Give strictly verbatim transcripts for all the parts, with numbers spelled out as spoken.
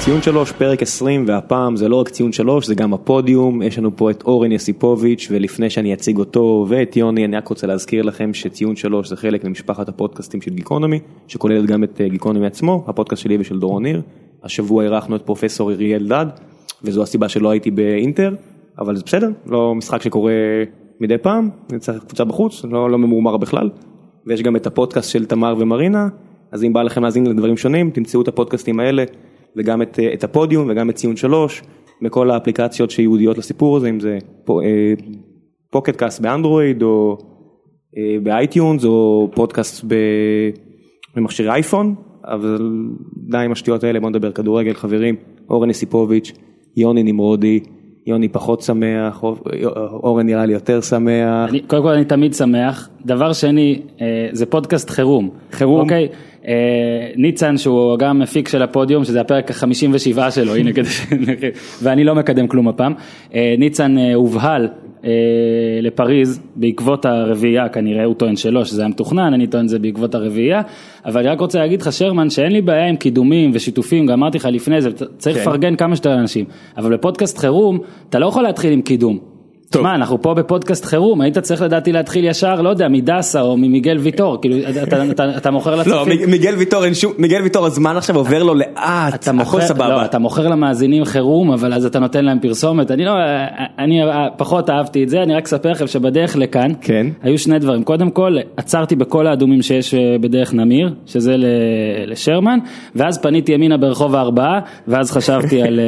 ציון שלוש, פרק עשרים, והפעם זה לא רק ציון שלוש, זה גם הפודיום. יש לנו פה את אורן יסיפוביץ', ולפני שאני אציג אותו ואת יוני, אני רק רוצה להזכיר לכם שציון שלוש זה חלק ממשפחת הפודקאסטים של גיקונומי, שכוללת גם את גיקונומי עצמו, הפודקאסט שלי ושל דורון ניר. השבוע אירחנו את פרופסור אריאל דד, וזו הסיבה שלא הייתי באינטר, אבל זה בסדר, לא משחק שקורה מדי פעם, נצטרך קבוצה בחוץ, לא, לא ממורמר בכלל. ויש גם את הפודקאסט של תמר ומרינה, אז אם בא לכם להזין לדברים שונים, תמצאו את הפודקאסטים האלה, וגם את, את הפודיום, וגם את ציון שלוש, בכל האפליקציות שיהודיות לסיפור הזה, אם זה פוקטקאסט באנדרואיד, או באייטיונס, או פודקאסט במכשיר אייפון, אבל די עם השטויות האלה, בואו נדבר כדורגל, חברים, אורן יסיפוביץ', יוני נמרודי, יוני פחות שמח, אורן נראה לי יותר שמח. אני, קודם כל אני תמיד שמח. דבר שני, זה פודקאסט חירום. חירום. אוקיי, ניצן שהוא גם מפיק של הפודיום, שזה הפרק ה-חמישים ושבע שלו, הנה כדי, ואני לא מקדם כלום הפעם. ניצן הובהל לפריז בעקבות הרביעייה, כנראה הוא טוען שלא, שזה היה מתוכנן, אני טוען זה בעקבות הרביעייה, אבל אני רק רוצה להגיד לך שרמן, שאין לי בעיה עם קידומים ושיתופים, גם אמרתי לך לפני זה, צריך לפרגן כמה שיותר אנשים, אבל בפודקאסט חירום, אתה לא יכול להתחיל עם קידום. מה, אנחנו פה בפודקאסט חירום, היית צריך לדעתי להתחיל ישר, לא יודע, מדסה או ממיגל ויטור, כאילו, אתה מוכר לצופים. לא, מיגל ויטור, מיגל ויטור, הזמן עכשיו עובר לו לאט, הכל סבבה. לא, אתה מוכר למאזינים חירום, אבל אז אתה נותן להם פרסומת. אני לא, אני פחות אהבתי את זה, אני רק אספר לכם שבדרך לכאן, היו שני דברים. קודם כל, עצרתי בכל האדומים שיש בדרך נמיר, שזה לשרמן, ואז פניתי ימינה ברחוב הארבעה, ואז חשבתי על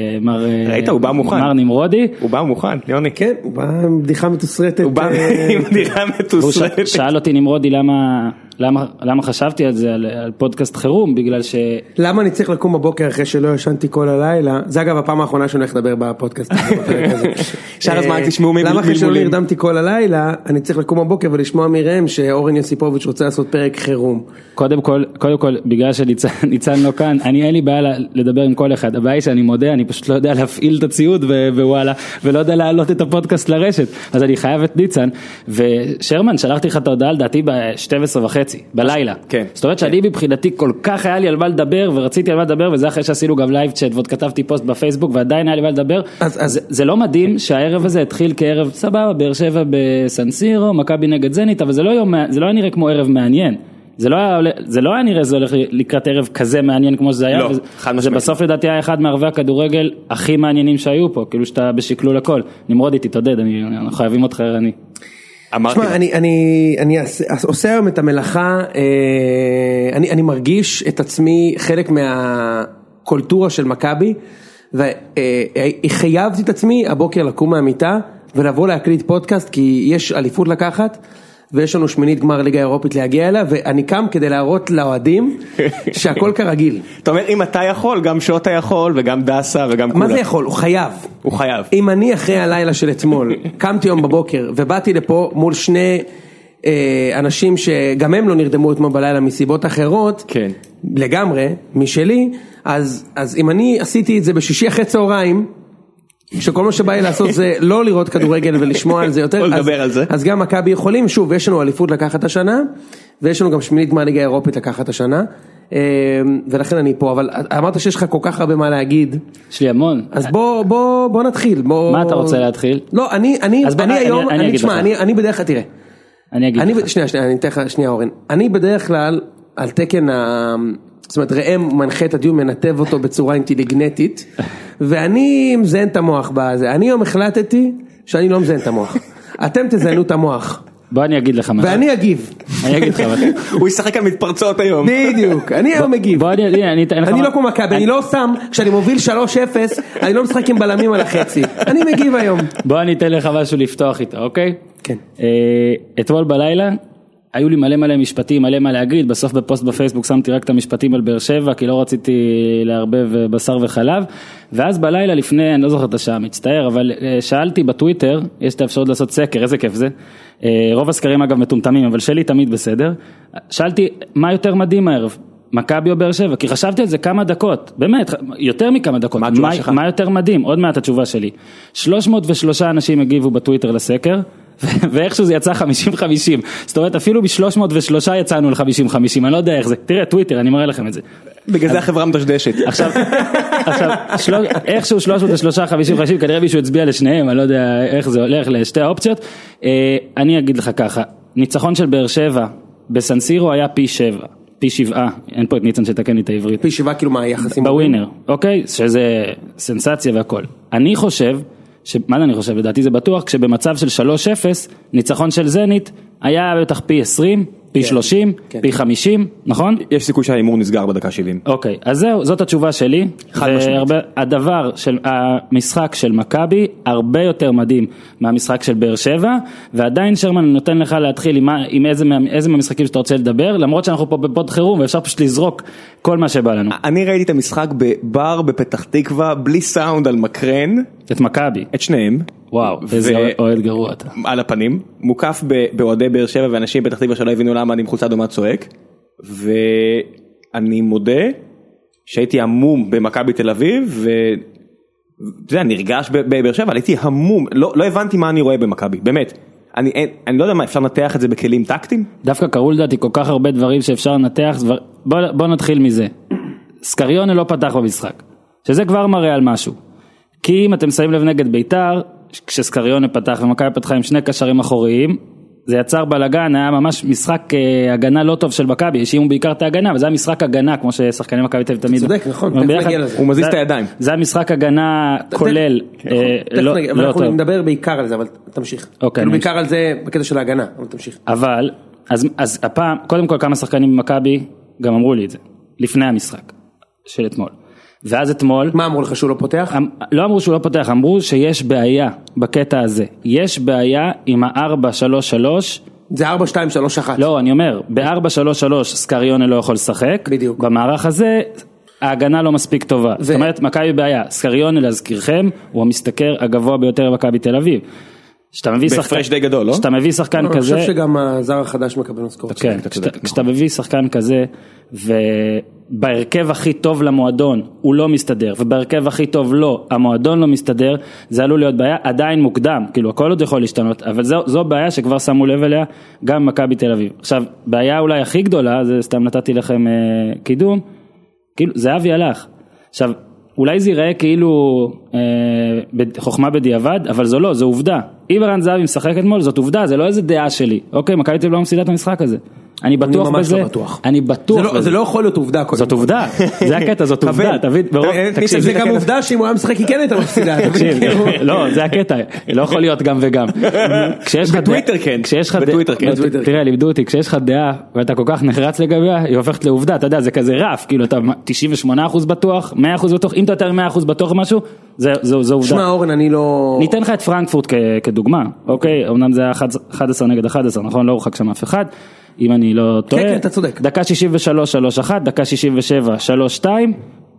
מר נמרודי. הוא בא מוכן, יוני. כן, הוא בא עם בדיחה מתוסרטת. הוא בא עם בדיחה מתוסרטת. הוא שאל אותי נמרודי למה, למה, למה חשבתי על זה, על, על פודקאסט חירום, בגלל ש... למה אני צריך לקום בבוקר אחרי שלא ישנתי כל הלילה? זה אגב הפעם האחרונה שאני הולך לדבר בפודקאסט. שאר הזמן תשמעו מלמולים. למה אחרי שלא נרדמתי כל הלילה, אני צריך לקום בבוקר ולשמוע מרם שאורן יסיפוביץ' רוצה לעשות פרק חירום. קודם כל, קודם כל, בגלל שניצן לא כאן, אני אין לי בעיה לדבר עם כל אחד. הבעיה היא שאני מודה, אני פשוט לא יודע להפעיל את הציוד ווואלה, ולא יודע להעלות את הפודקאסט לרשת. אז אני חייב את ניצן, ושרמן, שלחתי לך את ההודעה לדעתי ב-שתים עשרה וחצי, בלילה. כן. זאת אומרת שאני מבחינתי כל כך היה לי על מה לדבר, ורציתי על מה לדבר, וזה אחרי שעשינו גם לייב צ'אט, ועוד כתבתי פוסט בפייסבוק, ועדיין היה לי מה לדבר. אז, אז זה לא מדהים שהערב הזה התחיל כערב סבבה, באר שבע בסנסירו, מכבי נגד זנית, אבל זה לא יום, זה לא היה נראה כמו ערב מעניין. זה לא היה, זה לא היה נראה, זה הולך לקראת ערב כזה מעניין כמו שזה היה. לא, וזה, חד זה בסוף לדעתי היה אחד מערבי הכדורגל הכי מעניינים שהיו פה, כאילו שאתה בשקלול הכל. נמרוד איתי, תודד, אני, אני חייבים אותך ערני. תשמע, אני, אני, אני עושה היום את המלאכה, אני, אני מרגיש את עצמי חלק מהקולטורה של מכבי, וחייבתי את עצמי הבוקר לקום מהמיטה, ולבוא להקליט פודקאסט, כי יש אליפות לקחת, ויש לנו שמינית גמר ליגה אירופית להגיע אליה, ואני קם כדי להראות לאוהדים שהכל כרגיל. אתה אומר, אם אתה יכול, גם שוטה יכול, וגם דסה, וגם כולם. מה זה יכול? הוא חייב. הוא חייב. אם אני אחרי הלילה של אתמול, קמתי יום בבוקר, ובאתי לפה מול שני אה, אנשים שגם הם לא נרדמו אתמול בלילה מסיבות אחרות, כן. לגמרי, משלי, אז, אז אם אני עשיתי את זה בשישי אחרי צהריים, שכל מה שבא לי לעשות זה לא לראות כדורגל ולשמוע על זה יותר, אז, על זה. אז גם מכבי יכולים, שוב, יש לנו אליפות לקחת השנה, ויש לנו גם שמינית גמר ליגה אירופית לקחת השנה, ולכן אני פה, אבל אמרת שיש לך כל כך הרבה מה להגיד. יש לי המון. אז בוא, בוא, בוא נתחיל. בוא... מה אתה רוצה להתחיל? לא, אני, אני, אז בוא, אני אני, היום, אני, אני, אני תשמע, אני, אני בדרך כלל, תראה. אני אגיד אני, לך. שנייה, שנייה, אני אתן לך, שנייה אורן. אני בדרך כלל, על תקן ה... זאת אומרת, ראם מנחה את הדיון, מנתב אותו בצורה אינטליגנטית, ואני מזיין את המוח בזה. אני היום החלטתי שאני לא מזיין את המוח. אתם תזיינו את המוח. בוא אני אגיד לך מה. ואני אגיב. אני אגיד לך מה. הוא ישחק על מתפרצות היום. בדיוק, אני היום מגיב. בוא אני, אני אתן לך מה. אני לא כמו מכבי, אני לא שם, כשאני מוביל שלוש אפס, אני לא משחק עם בלמים על החצי. אני מגיב היום. בוא אני אתן לך משהו לפתוח איתו, אוקיי? כן. אתמול בלילה, היו לי מלא מלא משפטים, מלא מה להגיד, בסוף בפוסט בפייסבוק שמתי רק את המשפטים על באר שבע, כי לא רציתי להרבב בשר וחלב, ואז בלילה לפני, אני לא זוכר את השעה, מצטער, אבל שאלתי בטוויטר, יש את האפשרות לעשות סקר, איזה כיף זה, רוב הסקרים אגב מטומטמים, אבל שלי תמיד בסדר, שאלתי מה יותר מדהים הערב, מכבי או באר שבע, כי חשבתי על זה כמה דקות, באמת, יותר מכמה דקות, מה, מה, מה יותר מדהים, עוד מעט התשובה שלי, שלוש מאות ושלוש אנשים הגיבו בטוויטר לסקר, ואיכשהו זה יצא חמישים חמישים, זאת אומרת אפילו ב-שלוש מאות ושלוש יצאנו ל-חמישים חמישים, אני לא יודע איך זה, תראה טוויטר, אני מראה לכם את זה. בגלל זה החברה מדשדשת. עכשיו, עכשיו, איכשהו שלוש מאות ושלוש חמישים חמישים, כנראה מישהו הצביע לשניהם, אני לא יודע איך זה הולך לשתי האופציות, אני אגיד לך ככה, ניצחון של באר שבע בסנסירו היה פי שבע. פי שבעה, אין פה את ניצן שתקן לי את העברית. פי שבעה כאילו מה היחסים? בווינר, אוקיי? שזה סנסציה והכל. אני חושב, מה אני חושב? לדעתי זה בטוח, כשבמצב של שלוש אפס, ניצחון של זנית, היה בטח פי עשרים, פי שלושים, פי חמישים, נכון? יש סיכוי שהאימור נסגר בדקה שבעים. אוקיי, אז זהו, זאת התשובה שלי. הדבר של המשחק של מכבי, הרבה יותר מדהים מהמשחק של באר שבע, ועדיין שרמן נותן לך להתחיל עם איזה מהמשחקים שאתה רוצה לדבר, למרות שאנחנו פה בפוד חירום, ואפשר פשוט לזרוק כל מה שבא לנו. אני ראיתי את המשחק בבר בפתח תקווה, בלי סאונד על מקרן. את מכבי. את שניהם. וואו, איזה אוהד גרוע אתה. על הפנים, מוקף באוהדי באר שבע ואנשים פתח תקווה שלא הבינו למה אני עם חולצה אדומה צועק, ואני מודה שהייתי המום במכבי תל אביב, ואתה יודע, נרגש בבאר שבע, אבל הייתי המום, לא, לא הבנתי מה אני רואה במכבי, באמת. אני, אני לא יודע מה, אפשר לנתח את זה בכלים טקטיים? דווקא קראו לדעתי כל כך הרבה דברים שאפשר לנתח, בוא, בוא נתחיל מזה. סקריונה לא פתח במשחק, שזה כבר מראה על משהו. כי אם אתם שמים לב נגד ביתר, כשסקריונה פתח ומכבי פתחה עם שני קשרים אחוריים, זה יצר בלגן, היה ממש משחק הגנה לא טוב של מכבי, השאימו בעיקר את ההגנה, וזה היה משחק הגנה, כמו ששחקנים מכבי תמיד. צודק, נכון, הוא מזיז את הידיים. זה היה משחק הגנה כולל, אבל אנחנו נדבר בעיקר על זה, אבל תמשיך. בעיקר על זה בקטע של ההגנה, אבל תמשיך. אבל, אז הפעם, קודם כל כמה שחקנים במכבי גם אמרו לי את זה, לפני המשחק של אתמול. ואז אתמול... מה אמרו לך שהוא לא פותח? לא אמרו שהוא לא פותח, אמרו שיש בעיה בקטע הזה. יש בעיה עם ה-ארבע שלוש שלוש. זה ארבע שתיים שלוש אחת. לא, אני אומר, ב-ארבע שלוש שלוש סקריונה לא יכול לשחק. בדיוק. במערך הזה, ההגנה לא מספיק טובה. ו... זאת אומרת, מכבי בעיה. סקריונה, להזכירכם, הוא המשתכר הגבוה ביותר במכבי תל אביב. שאתה מביא שחקן... בפרש די גדול, לא? שאתה מביא שחקן לא, כזה... אני חושב שגם הזר החדש מקבל משכורת. כן, כשאתה מביא שחקן כזה, ובהרכב הכי טוב למועדון הוא לא מסתדר, ובהרכב הכי טוב לא, המועדון לא מסתדר, זה עלול להיות בעיה, עדיין מוקדם, כאילו הכל עוד יכול להשתנות, אבל זו, זו בעיה שכבר שמו לב אליה, גם מכבי תל אביב. עכשיו, בעיה אולי הכי גדולה, זה סתם נתתי לכם אה, קידום, כאילו, זה אבי הלך. עכשיו, אולי זה ייראה כאילו אה, חוכמה בדיעבד, אבל זו לא, זו עובדה. אם ערן זהבי משחק אתמול, זאת עובדה, זה לא איזה דעה שלי. אוקיי, מכבי תל אביב לא מפסידה את המשחק הזה. אני בטוח בזה. לא בטוח. אני בטוח זה לא, זה לא יכול להיות עובדה. זאת עובדה, זה הקטע, זאת עובדה. תבין, תקשיב, זה גם עובדה שאם הוא היה משחק היא כן הייתה מפסידה. לא, זה הקטע, לא יכול להיות גם וגם. בטוויטר כן. בטוויטר כן. תראה, לימדו אותי, כשיש לך דעה ואתה כל כך נחרץ לגביה, היא הופכת לעובדה, אתה יודע, זה כזה רף, כאילו אתה תשעים ושמונה אחוז בטוח, מאה אחוז בטוח, אם אתה יותר מאה אחוז בטוח משהו, זו עובדה. שמע אורן, אני לא... ניתן לך את פרנקפורט כדוגמה, אוקיי? אמנם זה היה אחת עשרה נגד אחת עשרה, נכון? לא הורחק שם אף אחד. אם אני לא טועה, כן, כן, אתה צודק. דקה שישים ושלוש שלוש אחת, דקה שישים ושבע שלוש שתיים,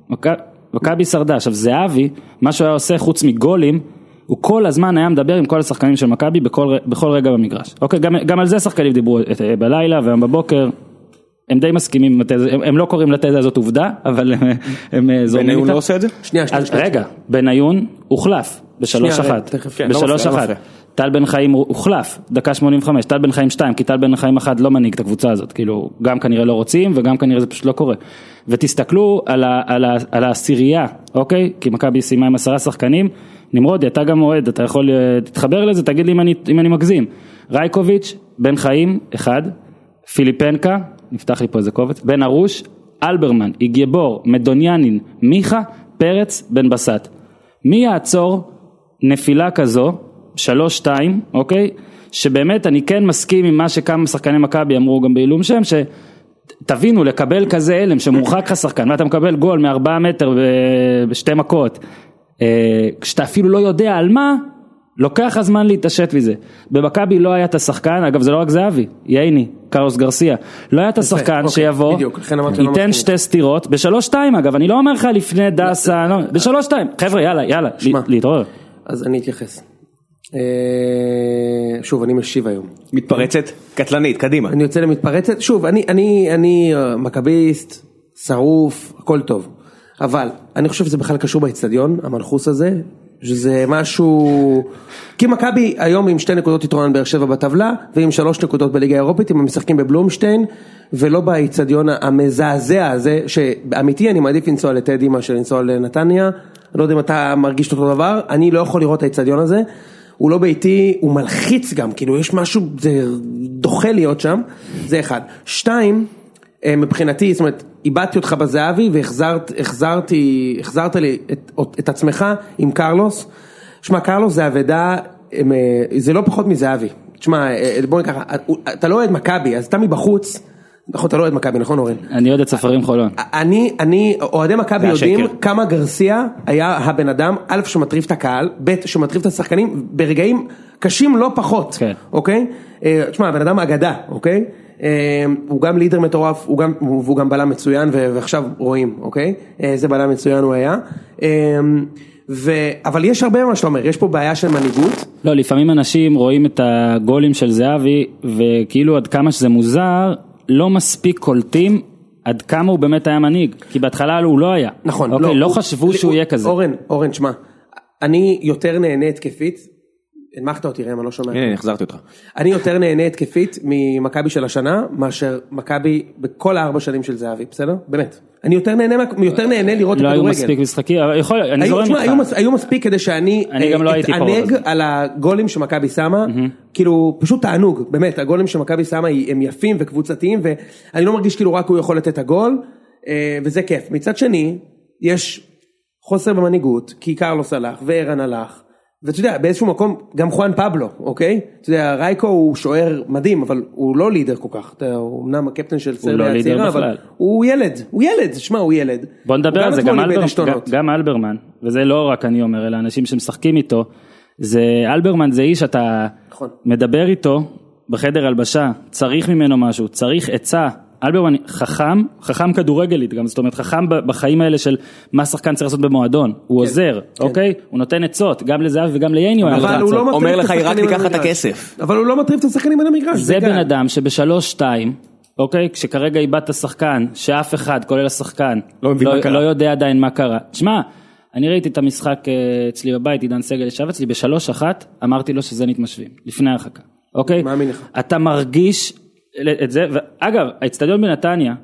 מכבי שרדה. עכשיו זהבי, מה שהוא היה עושה חוץ מגולים, הוא כל הזמן היה מדבר עם כל השחקנים של מכבי בכל, בכל רגע במגרש. אוקיי, גם, גם על זה השחקנים דיברו בלילה והיום בבוקר, הם די מסכימים עם התזה, הם, הם לא קוראים לתזה הזאת עובדה, אבל הם, הם זורמים איתה. בניון לא עושה את זה? שנייה, שנייה. אז רגע, בניון הוחלף בשלוש אחת, בשלוש אחת. טל בן חיים הוחלף, דקה שמונים וחמש, טל בן חיים שתיים, כי טל בן חיים אחד לא מנהיג את הקבוצה הזאת, כאילו, גם כנראה לא רוצים, וגם כנראה זה פשוט לא קורה. ותסתכלו על, ה, על, ה, על העשירייה, אוקיי? כי מכבי סיימה עם עשרה שחקנים, נמרודי, אתה גם מועד, אתה יכול להתחבר לזה, תגיד לי אם אני, אם אני מגזים. רייקוביץ', בן חיים, אחד, פיליפנקה, נפתח לי פה איזה קובץ, בן ארוש, אלברמן, איגייבור, מדוניאנין, מיכה, פרץ, בן בסט. מי יעצור נפילה כזו, שלוש שתיים, אוקיי? שבאמת אני כן מסכים עם מה שכמה שחקני מכבי אמרו גם בעילום שם, שתבינו, לקבל כזה אלם שמורחק לך שחקן, ואתה מקבל גול מארבעה מטר בשתי מכות, כשאתה אפילו לא יודע על מה, לוקח הזמן להתעשת מזה. במכבי לא היה את השחקן, אגב זה לא רק זהבי, ייני, קארוס גרסיה, לא היה את השחקן שיבוא, ייתן שתי סתירות, בשלוש שתיים אגב, אני לא אומר לך לפני דסה, בשלוש שתיים, חבר'ה יאללה, יאללה, להתעורר. אז אני אתייחס. שוב, אני משיב היום. מתפרצת, קטלנית, קדימה. אני יוצא למתפרצת, שוב, אני, אני, אני מכביסט, שרוף, הכל טוב. אבל, אני חושב שזה בכלל קשור באצטדיון, המנחוס הזה, שזה משהו, כי מכבי היום עם שתי נקודות יתרון באר שבע בטבלה, ועם שלוש נקודות בליגה האירופית, הם משחקים בבלומשטיין, ולא באיצטדיון המזעזע הזה, שאמיתי אני מעדיף לנסוע לטדי מאשר לנסוע לנתניה, אני לא יודע אם אתה מרגיש אותו דבר, אני לא יכול לראות את האיצטדיון הזה, הוא לא ביתי, הוא מלחיץ גם, כאילו יש משהו, זה דוחה להיות שם, זה אחד. שתיים, מבחינתי, זאת אומרת, איבדתי אותך בזהבי, והחזרתי, החזרת לי את, את עצמך עם קרלוס. תשמע, קרלוס זה עבדה, זה לא פחות מזהבי. תשמע, בואי ככה, אתה לא אוהד מכבי, אז אתה מבחוץ, נכון, אתה לא אוהד מכבי, נכון אורן? אני אוהד את ספרים חולון. אני, אני, אוהדי מכבי יודעים כמה גרסיה היה הבן אדם, א' שמטריף את הקהל, ב' שמטריף את השחקנים, ברגעים קשים לא פחות, אוקיי? תשמע, הבן אדם אגדה, אוקיי? הוא גם לידר מטורף, הוא גם, והוא גם בלם מצוין, ועכשיו רואים, אוקיי? זה בלם מצוין הוא היה. ו... אבל יש הרבה מה שאתה אומר, יש פה בעיה של מנהיגות. לא, לפעמים אנשים רואים את הגולים של זהבי, וכאילו עד כמה שזה מוזר, לא מספיק קולטים עד כמה הוא באמת היה מנהיג, כי בהתחלה הוא לא היה. נכון. אוקיי, לא, לא הוא, חשבו הוא, שהוא הוא, יהיה כזה. אורן, אורן, שמה, אני יותר נהנה התקפית, הנמחת אותי ראם, אני לא שומע. הנה, החזרתי אותך. אני יותר נהנה התקפית ממכבי של השנה, מאשר מכבי בכל הארבע שנים של זהבי, בסדר? באמת. אני יותר נהנה, יותר נהנה לראות את לא הכדורגל. היו מספיק משחקים, אבל יכול, אני זורם אותך. היו מספיק כדי שאני אתענג על הגולים שמכבי שמה, כאילו פשוט תענוג, באמת, הגולים שמכבי שמה הם יפים וקבוצתיים, ואני לא מרגיש כאילו רק הוא יכול לתת הגול, וזה כיף. מצד שני, יש חוסר במנהיגות, כי קרלוס הלך, ואירן הלך, ואתה יודע, באיזשהו מקום, גם חואן פבלו, אוקיי? אתה יודע, רייקו הוא שוער מדהים, אבל הוא לא לידר כל כך. הוא אמנם הקפטן של סרביה הצעירה, אבל הוא ילד, הוא ילד, שמע, הוא ילד. בוא נדבר על זה, גם אלברמן, וזה לא רק אני אומר, אלא אנשים שמשחקים איתו, זה אלברמן זה איש, אתה מדבר איתו בחדר הלבשה, צריך ממנו משהו, צריך עצה, אלברמן חכם, חכם כדורגלית גם, זאת אומרת חכם בחיים האלה של מה שחקן צריך לעשות במועדון, הוא עוזר, אוקיי? הוא נותן עצות, גם לזהב וגם לייני, אומר לך, רק תיקח את הכסף. אבל הוא לא מטריף את השחקנים בין המגרש. זה בן אדם שבשלוש שתיים, אוקיי? כשכרגע איבדת השחקן, שאף אחד, כולל השחקן, לא יודע עדיין מה קרה. תשמע, אני ראיתי את המשחק אצלי בבית, עידן סגל ישב אצלי בשלוש אחת, אמרתי לו שזה נתמשבים, לפני ההרחקה, אוקיי? מאמין לך. אתה מרגיש את זה, ואגב, האצטדיון בנתניה,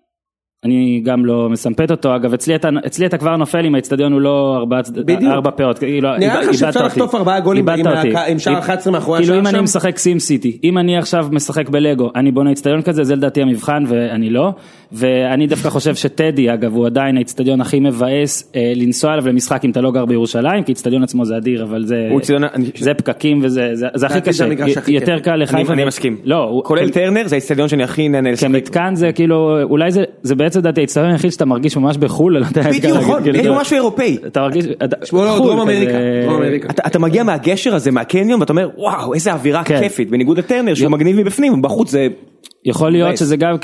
אני גם לא מסמפת אותו, אגב, אצלי אתה, אצלי אתה כבר נופל אם האצטדיון הוא לא ארבע, ארבע פאות, נראה לך שאפשר לחטוף ארבעה גולים עם שער אחת עשרה מאחורי השער שם? כאילו אם אני משחק סים סיטי, אם אני עכשיו משחק בלגו, אני בונה אצטדיון כזה, זה לדעתי המבחן ואני לא, ואני דווקא חושב שטדי, אגב, הוא עדיין האצטדיון הכי מבאס לנסוע עליו למשחק אם אתה לא גר בירושלים, כי אצטדיון עצמו זה אדיר, אבל זה פקקים וזה הכי קשה, יותר קל לחיפה. אני מסכים. כולל טרנר, זה האצטדיון שאני הכי נהנה לשחק. כמתקן זה כאילו, אולי זה בעצם דעתי, האצטדיון היחיד שאתה מרגיש ממש בחול, בדיוק, יש משהו אירופאי. אתה מרגיש, דרום אמריקה. אתה מגיע מהגשר הזה, מהקניון, ואתה אומר, וואו, איזה אווירה כיפית, בניגוד לטרנר, שהוא מגניב מבפנים, בחוץ זה... יכול להיות שזה גם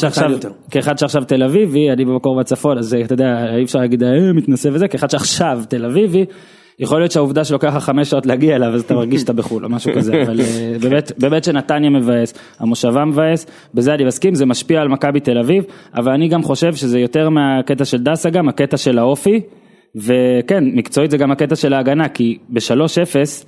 כאחד שעכשיו תל אביבי, אני במקור בצפון, אז אתה יודע, אי אפשר להגיד, אה, מתנסה וזה, כאחד שעכשיו תל אביבי, יכול להיות שהעובדה שלוקח לך חמש שעות להגיע אליו, אז אתה מרגיש שאתה בחול או משהו כזה, אבל באמת, באמת שנתניה מבאס, המושבה מבאס, בזה אני מסכים, זה משפיע על מכבי תל אביב, אבל אני גם חושב שזה יותר מהקטע של דסה גם, הקטע של האופי, וכן, מקצועית זה גם הקטע של ההגנה, כי ב-שלוש אפס,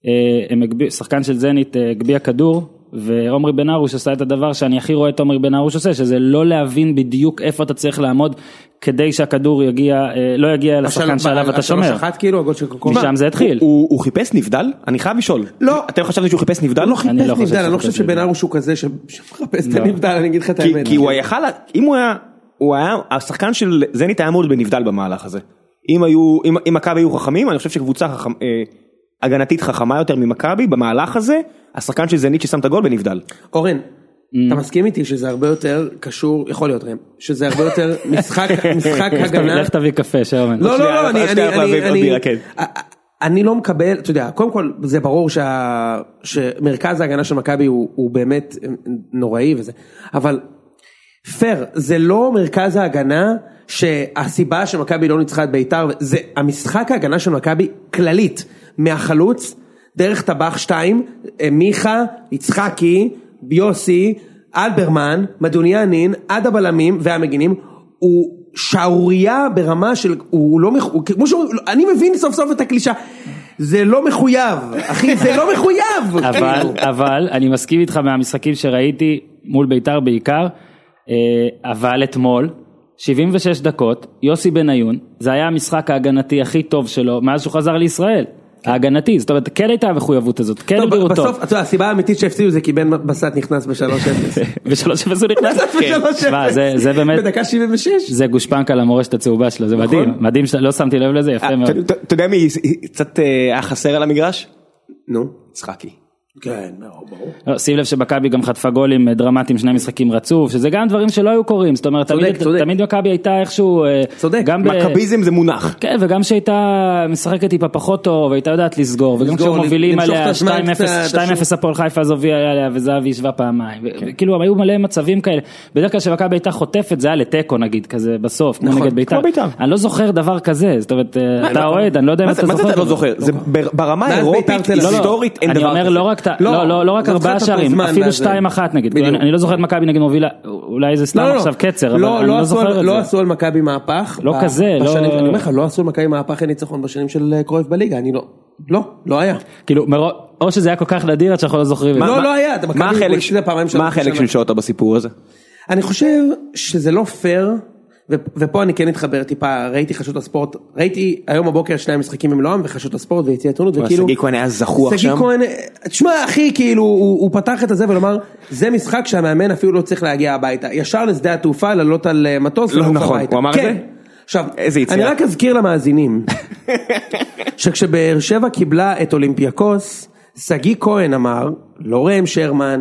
שחקן של זנית הגביע כדור, ועומרי בן ארוש עשה את הדבר שאני הכי רואה את עומרי בן ארוש עושה, שזה לא להבין בדיוק איפה אתה צריך לעמוד, כדי שהכדור יגיע, לא יגיע לשחקן שעליו אתה שומר. משם זה התחיל. הוא חיפש נבדל? אני חייב לשאול. לא. אתם חשבתם שהוא חיפש נבדל? לא חיפש נבדל, אני לא חושב שבן ארוש הוא כזה שמחפש את הנבדל, אני אגיד לך את האמת. כי הוא היה, אם הוא היה, הוא היה, השחקן של זנית היה מאוד בנבדל במהלך הזה. אם היו, אם מכבי היו חכמים, אני חושב שקבוצה הגנתית חכמה יותר ממכבי במהלך הזה, השחקן של זנית ששם את הגול בנבדל. אורן, אתה מסכים איתי שזה הרבה יותר קשור, יכול להיות רם, שזה הרבה יותר משחק, משחק הגנה. לך תביא קפה, שרמן. לא, לא, לא, אני, אני לא מקבל, אתה יודע, קודם כל זה ברור שמרכז ההגנה של מכבי הוא באמת נוראי וזה, אבל פייר, זה לא מרכז ההגנה שהסיבה שמכבי לא ניצחה את ביתר, זה המשחק ההגנה של מכבי כללית, מהחלוץ, דרך טבח שתיים, מיכה, יצחקי, ביוסי, אלברמן, מדוניאנין, עד הבלמים והמגינים, הוא שערוריה ברמה של, הוא לא, כמו שהוא, אני מבין סוף סוף את הקלישה, זה לא מחויב, אחי, זה לא מחויב. אבל, אבל, אני מסכים איתך מהמשחקים שראיתי, מול ביתר בעיקר, אבל אתמול, שבעים ושש דקות, יוסי בניון, זה היה המשחק ההגנתי הכי טוב שלו, מאז שהוא חזר לישראל. ההגנתי, זאת אומרת, כן הייתה המחויבות הזאת, כן הביאו טוב. בסוף, הסיבה האמיתית שהפסידו זה כי בן בסט נכנס ב-שלוש אפס. ב-שלוש אפס הוא נכנס? כן. זה באמת, בדקה שבעים ושש. זה גושפנקה למורשת הצהובה שלו, זה מדהים, מדהים, לא שמתי לב לזה, יפה מאוד. אתה יודע מי קצת היה חסר על המגרש? נו. יצחקי. כן, ברור. שים לב שבקאבי גם חטפה גולים דרמטיים, שני משחקים רצוף, שזה גם דברים שלא היו קורים, זאת אומרת, תמיד מקאבי הייתה איכשהו, צודק, מקאביזם זה מונח. כן, וגם שהייתה משחקת טיפה פחות טוב, והייתה יודעת לסגור, וגם כשמובילים עליה שתיים אפס הפועל חיפה אז הובילה עליה, וזהבי ישבה פעמיים, וכאילו היו מלא מצבים כאלה, בדרך כלל שמקאבי הייתה חוטפת, זה היה לתיקו נגיד, כזה בסוף, כמו נגד ביתר. אני לא זוכר דבר כזה, זאת אומרת, אתה אוהד, אני לא יודע אם אתה זוכר. מה זה אתה לא זוכר? זה ברמה האירופית, היסטורית, אין דבר כזה. לא, לא, לא רק ארבעה שערים, אפילו שתיים אחת נגיד, אני לא זוכר את מכבי נגד מובילה, אולי זה סתם עכשיו קצר, אבל אני לא זוכר את זה. לא עשו על מכבי מהפך. לא כזה, לא. אני אומר לך, לא עשו על מכבי מהפך הניצחון בשנים של קרויף בליגה, אני לא, לא, לא היה. כאילו, או שזה היה כל כך נדיר, עד שאנחנו לא זוכרים. לא, לא היה. מה החלק של שוטה בסיפור הזה? אני חושב שזה לא פייר, ופה אני כן אתחבר טיפה, ראיתי חשות הספורט, ראיתי היום בבוקר שני המשחקים במלואם, וחשות הספורט ויציע עיתונות, וכאילו... סגי כהן היה זכוח שם. סגי כהן, תשמע אחי, כאילו, הוא, הוא פתח את הזה ולומר, זה משחק שהמאמן אפילו לא צריך להגיע הביתה, ישר לשדה התעופה, לעלות על מטוס, לא נכון, הוא אמר את זה? עכשיו, אני רק אזכיר למאזינים, שכשבאר שבע קיבלה את אולימפיאקוס, סגי כהן אמר, לא ראם שרמן,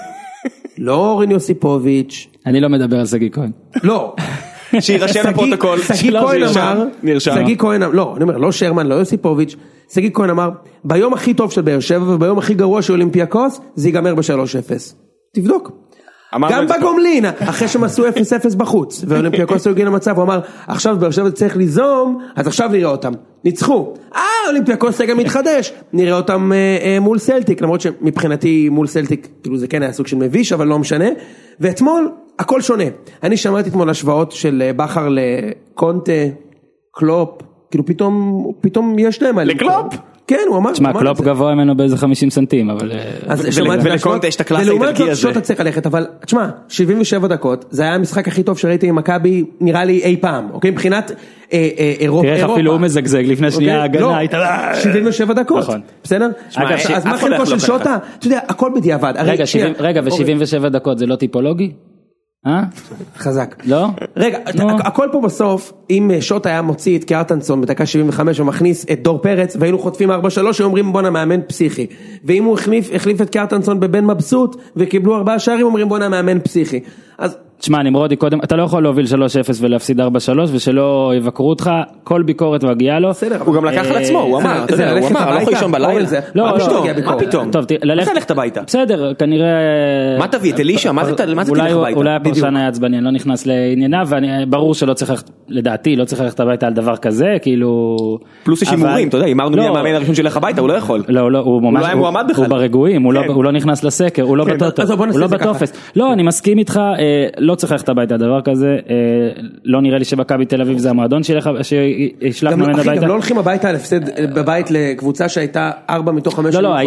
לא אורן יוסיפוביץ'. אני לא מדבר על סגי כהן. לא. שירשם לפרוטוקול. סגי כהן אמר, סגי כהן אמר, לא, אני אומר, לא שרמן, לא יוסיפוביץ', סגי כהן אמר, ביום הכי טוב של באר שבע וביום הכי גרוע של אולימפיאקוס, זה ייגמר ב-שלוש אפס. תבדוק. גם בגומלין, אחרי שהם עשו אפס אפס בחוץ, ואולימפיאקוס הגיע למצב, הוא אמר, עכשיו באר שבע צריך ליזום, אז עכשיו נראה אותם. ניצחו. אה, אולימפיאקוס גם מתחדש. נראה אותם מול סלטיק, למרות שמבחינתי מול סלטיק, כאילו זה כן היה סוג של מביש, אבל לא משנה. ואתמול, הכל שונה. אני שמעתי אתמול השוואות של בכר לקונטה, קלופ, כאילו פתאום, פתאום יש להם עליהם. לקלופ? כן, הוא אמר. תשמע, קלופ גבוה ממנו באיזה חמישים סנטים, אבל... ולקונטה יש את הקלאס האיטלקי הזה. ולעומת זאת צריך ללכת, אבל תשמע, שבעים ושבע דקות, זה היה המשחק הכי טוב שראיתי עם מכבי, נראה לי אי פעם, אוקיי? מבחינת אירופה. תראה איך אפילו הוא מזגזג, לפני שנייה ההגנה הייתה... שבעים ושבע דקות, בסדר? אז מה חלקו של שוטה? אתה יודע, הכל בדיעבד. רגע, ו-שבעים ושבע דקות זה לא טיפולוגי? אה? חזק. לא? רגע, הכל פה בסוף, אם שוט היה מוציא את קרטנסון בדקה שבעים וחמש ומכניס את דור פרץ, והיינו חוטפים ארבע שלוש, אומרים בוא נאמן פסיכי. ואם הוא החליף את קרטנסון בבן מבסוט, וקיבלו ארבעה שערים, אומרים בוא נאמן פסיכי. אז... תשמע, נמרודי, קודם, אתה לא יכול להוביל שלוש אפס ולהפסיד ארבע שלוש, ושלא יבקרו אותך, כל ביקורת מגיעה לו. הוא גם לקח על עצמו, הוא אמר, הוא אמר, לא יכול לישון בלילה. לא, מה פתאום? טוב, ללכת הביתה. בסדר, כנראה... מה תביא, את אלישה? מה זה תלך הביתה? אולי הפרשן היה עצבני, אני לא נכנס לענייניו, וברור שלא צריך ללכת, לדעתי, לא צריך ללכת הביתה על דבר כזה, כאילו... פלוס יש הימורים, אתה יודע, אמרנו מי המאמן הראשון שלך הביתה, הוא לא יכול. לא, לא, הוא ממש, הוא ברגועים, הוא לא נכנס לסקר, הוא לא בטופס. לא, אני מסכים איתך, לא צריך ללכת הביתה דבר כזה, לא נראה לי שמכבי תל אביב זה המועדון שישלח ממנו הביתה. גם לא הולכים הביתה על הפסד בבית לקבוצה שהייתה ארבע מתוך חמש. לא, לא,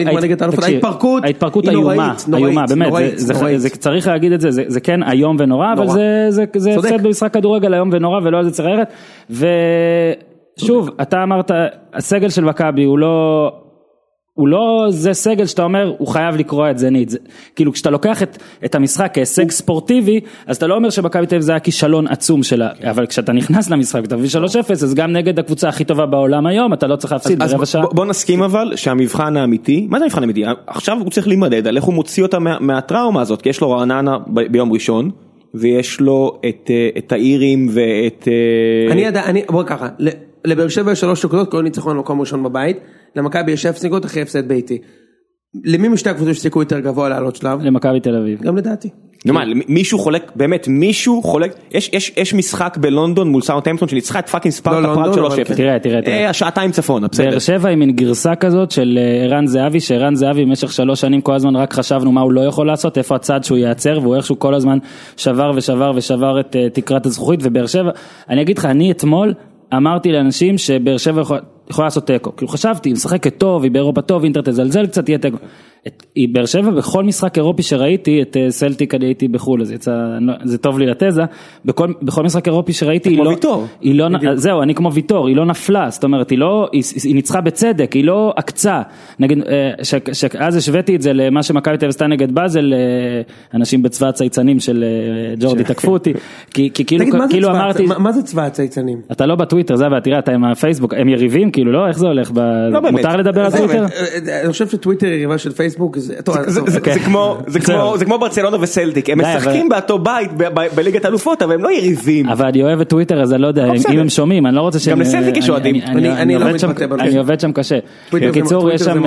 ההתפרקות איומה, איומה, באמת, צריך להגיד את זה, זה כן איום ונורא, אבל זה הפסד במשחק כדורגל איום ונורא, ולא על זה צריך ללכת, ושוב, אתה אמרת, הסגל של מכבי הוא לא... הוא לא, זה סגל שאתה אומר, הוא חייב לקרוא את זנית, זה, כאילו כשאתה לוקח את, את המשחק כהישג ספורטיבי, אז אתה לא אומר שמכבי תל אביב זה היה כישלון עצום שלה, אבל כשאתה נכנס למשחק, אתה מביא שלוש אפס, אז גם נגד הקבוצה הכי טובה בעולם היום, אתה לא צריך להפסיד ברבע שעה. בוא נסכים אבל, שהמבחן האמיתי, מה זה המבחן האמיתי? עכשיו הוא צריך להימדד, על איך הוא מוציא אותה מה, מהטראומה הזאת, כי יש לו רעננה ב, ביום ראשון, ויש לו את, את האירים ואת... אני יודע, אני, בוא ככה, לבאר שבע יש שלוש נקודות, כל ניצחון במקום ראשון בבית, למכבי יש אפס נקודות אחרי הפסד ביתי. למי משתי הקבוצות שסיכו יותר גבוה לעלות שלב? למכבי תל אביב. גם לדעתי. נו מה, מישהו חולק, באמת, מישהו חולק, יש, יש, יש משחק בלונדון מול סאות'המפטון שניצחה את פאקינג ספרטה פראג שלוש אפס. תראה, תראה, תראה. השעתיים צפונה, בסדר. באר שבע היא מין גרסה כזאת של ערן זהבי, שערן זהבי במשך שלוש שנים כל הזמן רק חשבנו מה הוא לא יכול לעשות, איפה הצד שהוא ייעצר, והוא איכשהו כל הזמן שבר ושבר ושבר את תקרת הזכוכית, ובאר שבע, אני אגיד לך, אני אתמול אמרתי לאנשים שבאר שבע יכולה לעשות טקו, כאילו חשבתי, היא משחקת טוב, היא באירופה טוב, אינטר תזלזל קצת, יהיה טקו. היא באר שבע בכל משחק אירופי שראיתי, את סלטיק אני הייתי בחול, אז יצא, זה טוב לי לתזה, בכל, בכל משחק אירופי שראיתי, היא לא, היא לא, זהו, אני כמו ויטור, היא לא נפלה, זאת אומרת, היא לא, היא, היא ניצחה בצדק, היא לא עקצה, נגיד, ש, שאז השוויתי את זה למה שמכבי תל אביב עשתה נגד באזל, אנשים בצבא הצייצנים של ג'ורדי תקפו אותי, כי, כי כאילו, כאילו אמרתי, מה זה צבא הצייצנים? אתה לא בטוויטר, זה, תראה, אתה עם הפייסבוק, הם יריבים, כאילו, לא, איך זה הולך, מותר לדבר על טוויטר? אני חושב שטוויטר יריבה של פייסבוק, זה כמו ברצלונה וסלטיק, הם משחקים באותו בית בליגת אלופות, אבל הם לא יריבים. אבל אני אוהב את טוויטר, אז אני לא יודע אם הם שומעים, אני לא רוצה שהם... גם לסלטיק יש אוהדים. אני עובד שם קשה. בקיצור, יש שם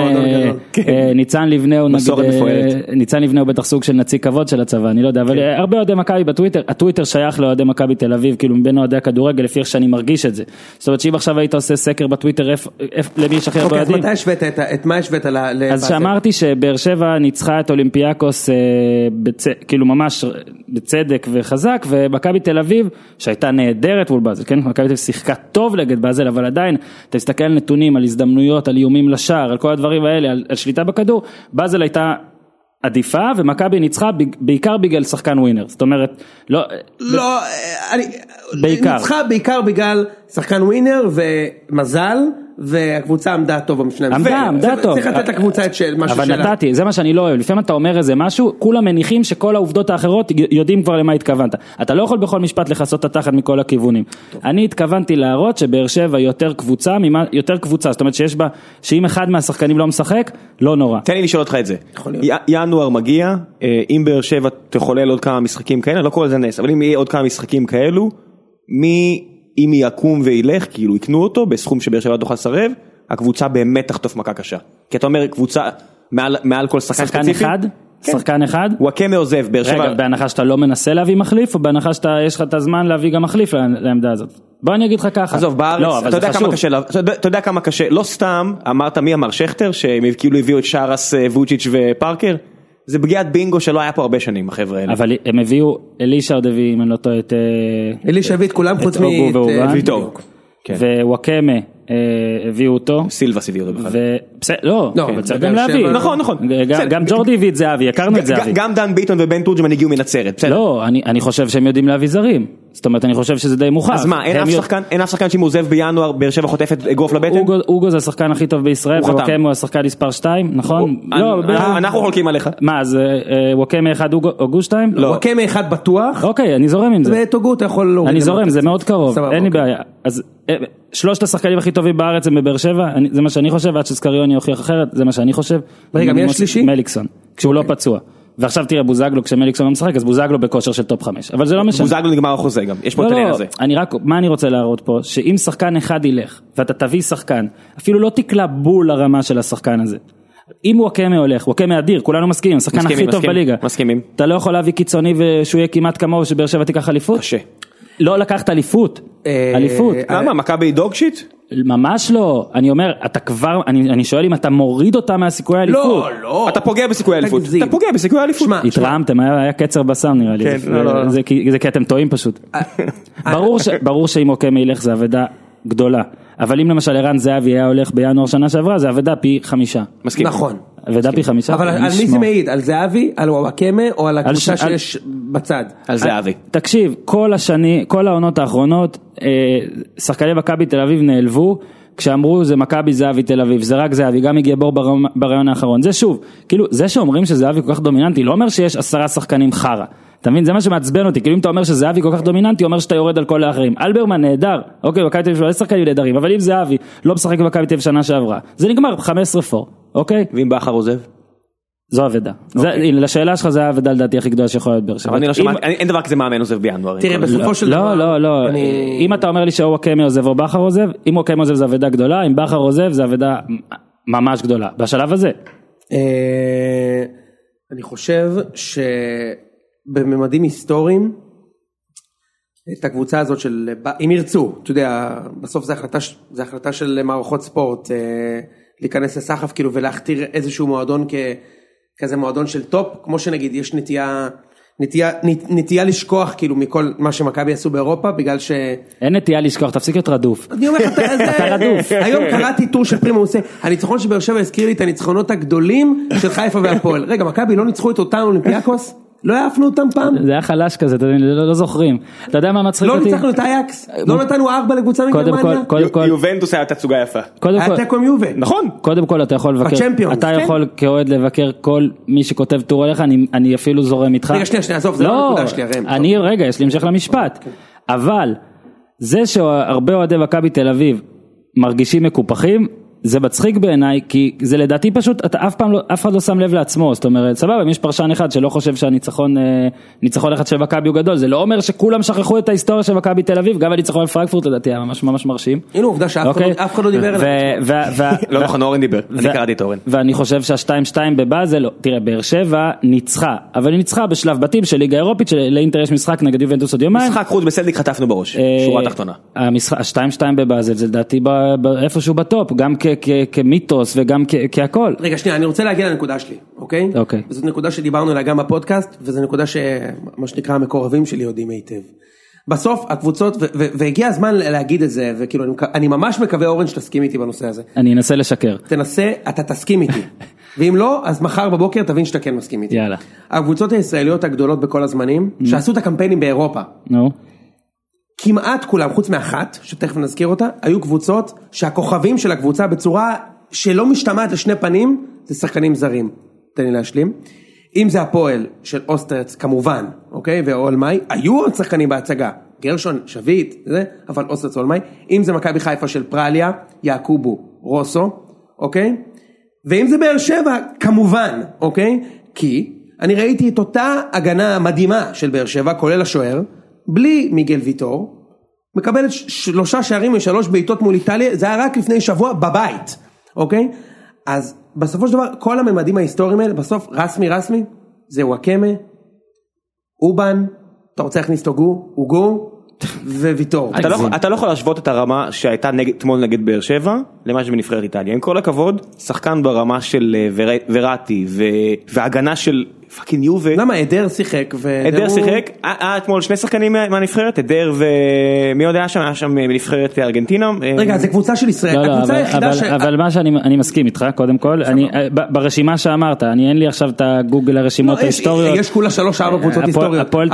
ניצן לבנהו, ניצן לבנהו בטח סוג של נציג כבוד של הצבא, אני לא יודע, אבל הרבה אוהדי מכבי בטוויטר, הטוויטר שייך לאוהדי מכבי תל אביב, כאילו מבין אוהדי הכדורגל, לפי איך שאני מרגיש את זה. זאת אומרת שאם עכשיו היית עושה סקר בטוויטר, למי יש הכי הרבה אוהדים? אוקיי, אז מתי השווית את מה השווית ל... אז שאמרתי שבאר שבע ניצחה את אולימפיאקוס בצ... כאילו ממש בצדק וחזק, ומכבי תל אביב שהייתה נהדרת מול באזל, כן? מכבי תל אביב שיחקה טוב נגד באזל, אבל עדיין אתה מסתכל על נתונים, על הזדמנויות, על איומים לשער, על כל הדברים האלה, על, על שליטה בכדור, באזל הייתה עדיפה, ומכבי ניצחה בעיקר בגלל שחקן ווינר, זאת אומרת, לא... לא, אני... בעיקר. ניצחה בעיקר בגלל שחקן ווינר ומזל, והקבוצה עמדה טוב במשנה. עמדה, עמדה טוב. צריך לתת לקבוצה את משהו שלה. אבל נתתי, זה מה שאני לא אוהב. לפעמים אתה אומר איזה משהו, כולם מניחים שכל העובדות האחרות יודעים כבר למה התכוונת. אתה לא יכול בכל משפט לחסות את התחת מכל הכיוונים. אני התכוונתי להראות שבאר שבע יותר קבוצה, יותר קבוצה. זאת אומרת שיש בה, שאם אחד מהשחקנים לא משחק, לא נורא. תן לי לשאול אותך את זה. ינואר מגיע, אם באר שבע תחולל עוד כמה משחקים כאלה, לא כל זה נס, אבל אם יהיה עוד כמה משחקים כאלו, מי אם יקום וילך, כאילו יקנו אותו, בסכום שבאר שבע תוכל לסרב, הקבוצה באמת תחטוף מכה קשה. כי אתה אומר, קבוצה מעל, מעל כל שחקן ספציפי. שחקן אחד? כן. שחקן אחד? וואקמה עוזב, באר שבע... רגע, בהנחה שאתה לא מנסה להביא מחליף, או בהנחה שאתה, יש לך את הזמן להביא גם מחליף לעמדה הזאת. בוא אני אגיד לך ככה. עזוב, בארץ, לא, אתה, יודע כמה קשה, אתה יודע כמה קשה, לא סתם, אמרת מי אמר שכטר, שהם כאילו הביאו את שרס, ווצ'יץ' ופארקר, זה פגיעת בינגו שלא היה פה הרבה שנים, החבר'ה האלה. אבל הם הביאו, אלישע עוד הביא, אם אני לא טועה, את... אלישע הביא את כולם חוץ מ... ווואקמה הביאו אותו. סילבס הביאו אותו. לא, צריך גם להביא. נכון, נכון. גם ג'ורדי הביא את זהבי, הכרנו את זהבי. גם דן ביטון ובן תורג'מן הגיעו מנצרת. לא, אני חושב שהם יודעים להביא זרים. זאת אומרת, אני חושב שזה די מוכח. אז מה, אין אף שחקן שמעוזב בינואר, באר שבע חוטפת אגרוף לבטן? אוגו זה השחקן הכי טוב בישראל, וואקמה הוא השחקן מספר שתיים, נכון? אנחנו חולקים עליך. מה, אז וואקמה אחד, אוגו שתיים? לא. וואקמה אחד בטוח. אוקיי, אני זורם עם זה. ותוגו אתה יכול להוריד. אני זורם, זה מאוד קרוב, אין לי בעיה. אז שלושת השחקנים הכי טובים בארץ הם בבאר שבע, זה מה שאני חושב, עד שסקריוני יוכיח אחרת, זה מה שאני חושב. רגע, מי השלישי? מליקסון, כשהוא לא פצוע. ועכשיו תראה בוזגלו, כשמליקסון לא משחק, אז בוזגלו בכושר של טופ חמש, אבל זה לא משנה. בוזגלו נגמר החוזה גם, יש פה את העניין הזה. אני רק, מה אני רוצה להראות פה, שאם שחקן אחד ילך, ואתה תביא שחקן, אפילו לא תקלה בול לרמה של השחקן הזה. אם וואקמה הולך, וואקמה אדיר, כולנו מסכימים, השחקן הכי טוב בליגה. מסכימים. אתה לא יכול להביא קיצוני ושהוא יהיה כמעט כמוהו שבאר שבע תיקח אליפות? קשה. לא לקחת אליפות. אליפות. למה? מכבי דוג שיט? ממש לא, אני אומר, אתה כבר, אני, אני שואל אם אתה מוריד אותה מהסיכויי האליפות. לא, לא. אתה פוגע בסיכויי האליפות. אתה פוגע בסיכויי האליפות. התרעמתם, היה, היה קצר בסם נראה לי. כן, לא, לא. זה, זה כי אתם טועים פשוט. ברור, ש, ברור שאם וואקמה ילך זה עבודה גדולה. אבל אם למשל ערן זהבי היה הולך בינואר שנה שעברה, זה עבודה פי חמישה. מסכים. נכון. עבודה פי חמישה. אבל על מי זה מעיד? על זהבי, על וואקמה, או על הקבוצה שיש בצד? על זהבי. תקשיב, כל השני, כל העונות האחרונות, שחקני מכבי תל אביב נעלבו, כשאמרו זה מכבי זהבי תל אביב, זה רק זהבי, גם הגיע בור ברעיון האחרון. זה שוב, כאילו, זה שאומרים שזהבי כל כך דומיננטי, לא אומר שיש עשרה שחקנים חרה. אתה מבין? זה מה שמעצבן אותי, כאילו אם אתה אומר שזהבי כל כך דומיננטי, אומר שאתה יורד על כל האחרים. אלברמן נהדר, אוקיי, מכבי תל אביב לא שחקנים נהדרים, אבל אם זהבי לא משחק במכבי תל אביב שנה שעברה, זה נגמר חמש עשרה פור, אוקיי? ואם בכר עוזב? זו עבדה. לשאלה שלך זה העבדה לדעתי הכי גדולה שיכולה להיות באר שבע. אין דבר כזה מאמן עוזב בינואר. תראה, בסופו של דבר... לא, לא, לא. אם אתה אומר לי שהוא וואקמה עוזב או בכר עוזב, אם וואקמה עוזב זה עבדה גדולה, אם בכר עוזב זה עבדה ממש גדולה. בשלב הזה. אני חושב שבממדים היסטוריים, את הקבוצה הזאת של, אם ירצו, אתה יודע, בסוף זה החלטה, זה החלטה של מערכות ספורט, להיכנס לסחף כאילו ולהכתיר איזשהו מועדון כזה מועדון של טופ, כמו שנגיד יש נטייה, נטייה, נטייה לשכוח כאילו מכל מה שמכבי עשו באירופה, בגלל ש... אין נטייה לשכוח, תפסיק להיות רדוף. אני אומר לך, אתה רדוף. היום קראתי טור של פרימו, הוא עושה, הניצחון שבאר שבע הזכיר לי את הניצחונות הגדולים של חיפה והפועל. רגע, מכבי לא ניצחו את אותם אולימפיאקוס? לא יעפנו אותם פעם? זה היה חלש כזה, לא זוכרים. אתה יודע מה מצחיק אותי? לא ניצחנו את אייקס, לא נתנו ארבע לקבוצה מגרמניה. יובנטוס היה תצוגה יפה. היה תיקו עם יובה. נכון. קודם כל אתה יכול לבקר, אתה יכול כאוהד לבקר כל מי שכותב טור עליך, אני אפילו זורם איתך. רגע, שנייה, שנייה, עזוב, זה לא נקודה שלי, הרם. אני, רגע, יש לי המשך למשפט. אבל, זה שהרבה אוהדי מכבי תל אביב מרגישים מקופחים, זה מצחיק בעיניי, כי זה לדעתי פשוט, אתה אף פעם לא, אף אחד לא שם לב לעצמו, זאת אומרת, סבבה, אם יש פרשן אחד שלא חושב שהניצחון, ניצחון אחד של מכבי הוא גדול, זה לא אומר שכולם שכחו את ההיסטוריה של מכבי תל אביב, גם הניצחון על פרנקפורט לדעתי היה ממש ממש מרשים. הנה עובדה שאף אחד לא דיבר עליו. לא נכון, אורן דיבר, אני קראתי את אורן. ואני חושב שהשתיים שתיים בבאזל, תראה, באר שבע ניצחה, אבל היא ניצחה בשלב בתים של ליגה אירופית, שלאינטר יש משחק נגד יובנטוס עוד יומיים. משחק חוץ בסלטיק חטפנו בראש, שורה תחתונה. השתיים שתיים בבאזל, זה לדעתי איפשהו בטופ, גם כמיתוס וגם כהכל. רגע, שנייה, אני רוצה להגיע לנקודה שלי, אוקיי? אוקיי. וזאת נקודה שדיברנו עליה גם בפודקאסט, וזו נקודה שמה שנקרא המקורבים שלי יודעים היטב. בסוף הקבוצות, והגיע הזמן להגיד את זה, וכאילו אני ממש מקווה אורן שתסכים איתי בנושא הזה. אני אנסה לשקר. תנסה, אתה תסכים איתי. ואם לא, אז מחר בבוקר תבין שאתה כן מסכים איתי. יאללה. הקבוצות הישראליות הגדולות בכל הזמנים, שעשו את הקמפיינים באירופה. נו. כמעט כולם, חוץ מאחת, שתכף נזכיר אותה, היו קבוצות שהכוכבים של הקבוצה בצורה שלא משתמעת לשני פנים, זה שחקנים זרים. תן לי להשלים. אם זה הפועל של אוסטרץ, כמובן, אוקיי, ואולמאי, היו עוד שחקנים בהצגה. גרשון, שביט, זה, אבל אוסטרץ ואולמאי. אם זה מכבי חיפה של פרליה, יעקובו, רוסו, אוקיי? ואם זה באר שבע, כמובן, אוקיי? כי אני ראיתי את אותה הגנה מדהימה של באר שבע, כולל השוער, בלי מיגל ויטור, מקבלת שלושה שערים ושלוש בעיטות מול איטליה, זה היה רק לפני שבוע בבית, אוקיי? אז בסופו של דבר, כל הממדים ההיסטוריים האלה, בסוף רסמי רסמי, זה וואקמה, אובן, אתה רוצה להכניס אותו גו, אוגו, וויטור. אתה לא יכול להשוות את הרמה שהייתה אתמול נגד באר שבע, למה שבנבחרת איטליה. עם כל הכבוד, שחקן ברמה של וראטי, והגנה של פאקינג יובה. למה? עדר שיחק. עדר שיחק, היה אתמול שני שחקנים מהנבחרת, עדר ומי עוד היה שם? היה שם בנבחרת ארגנטינה. רגע, זה קבוצה של ישראל. אבל מה שאני מסכים איתך, קודם כל, ברשימה שאמרת, אני אין לי עכשיו את הגוגל הרשימות ההיסטוריות. יש כולה שלוש ארבע קבוצות היסטוריות. הפועל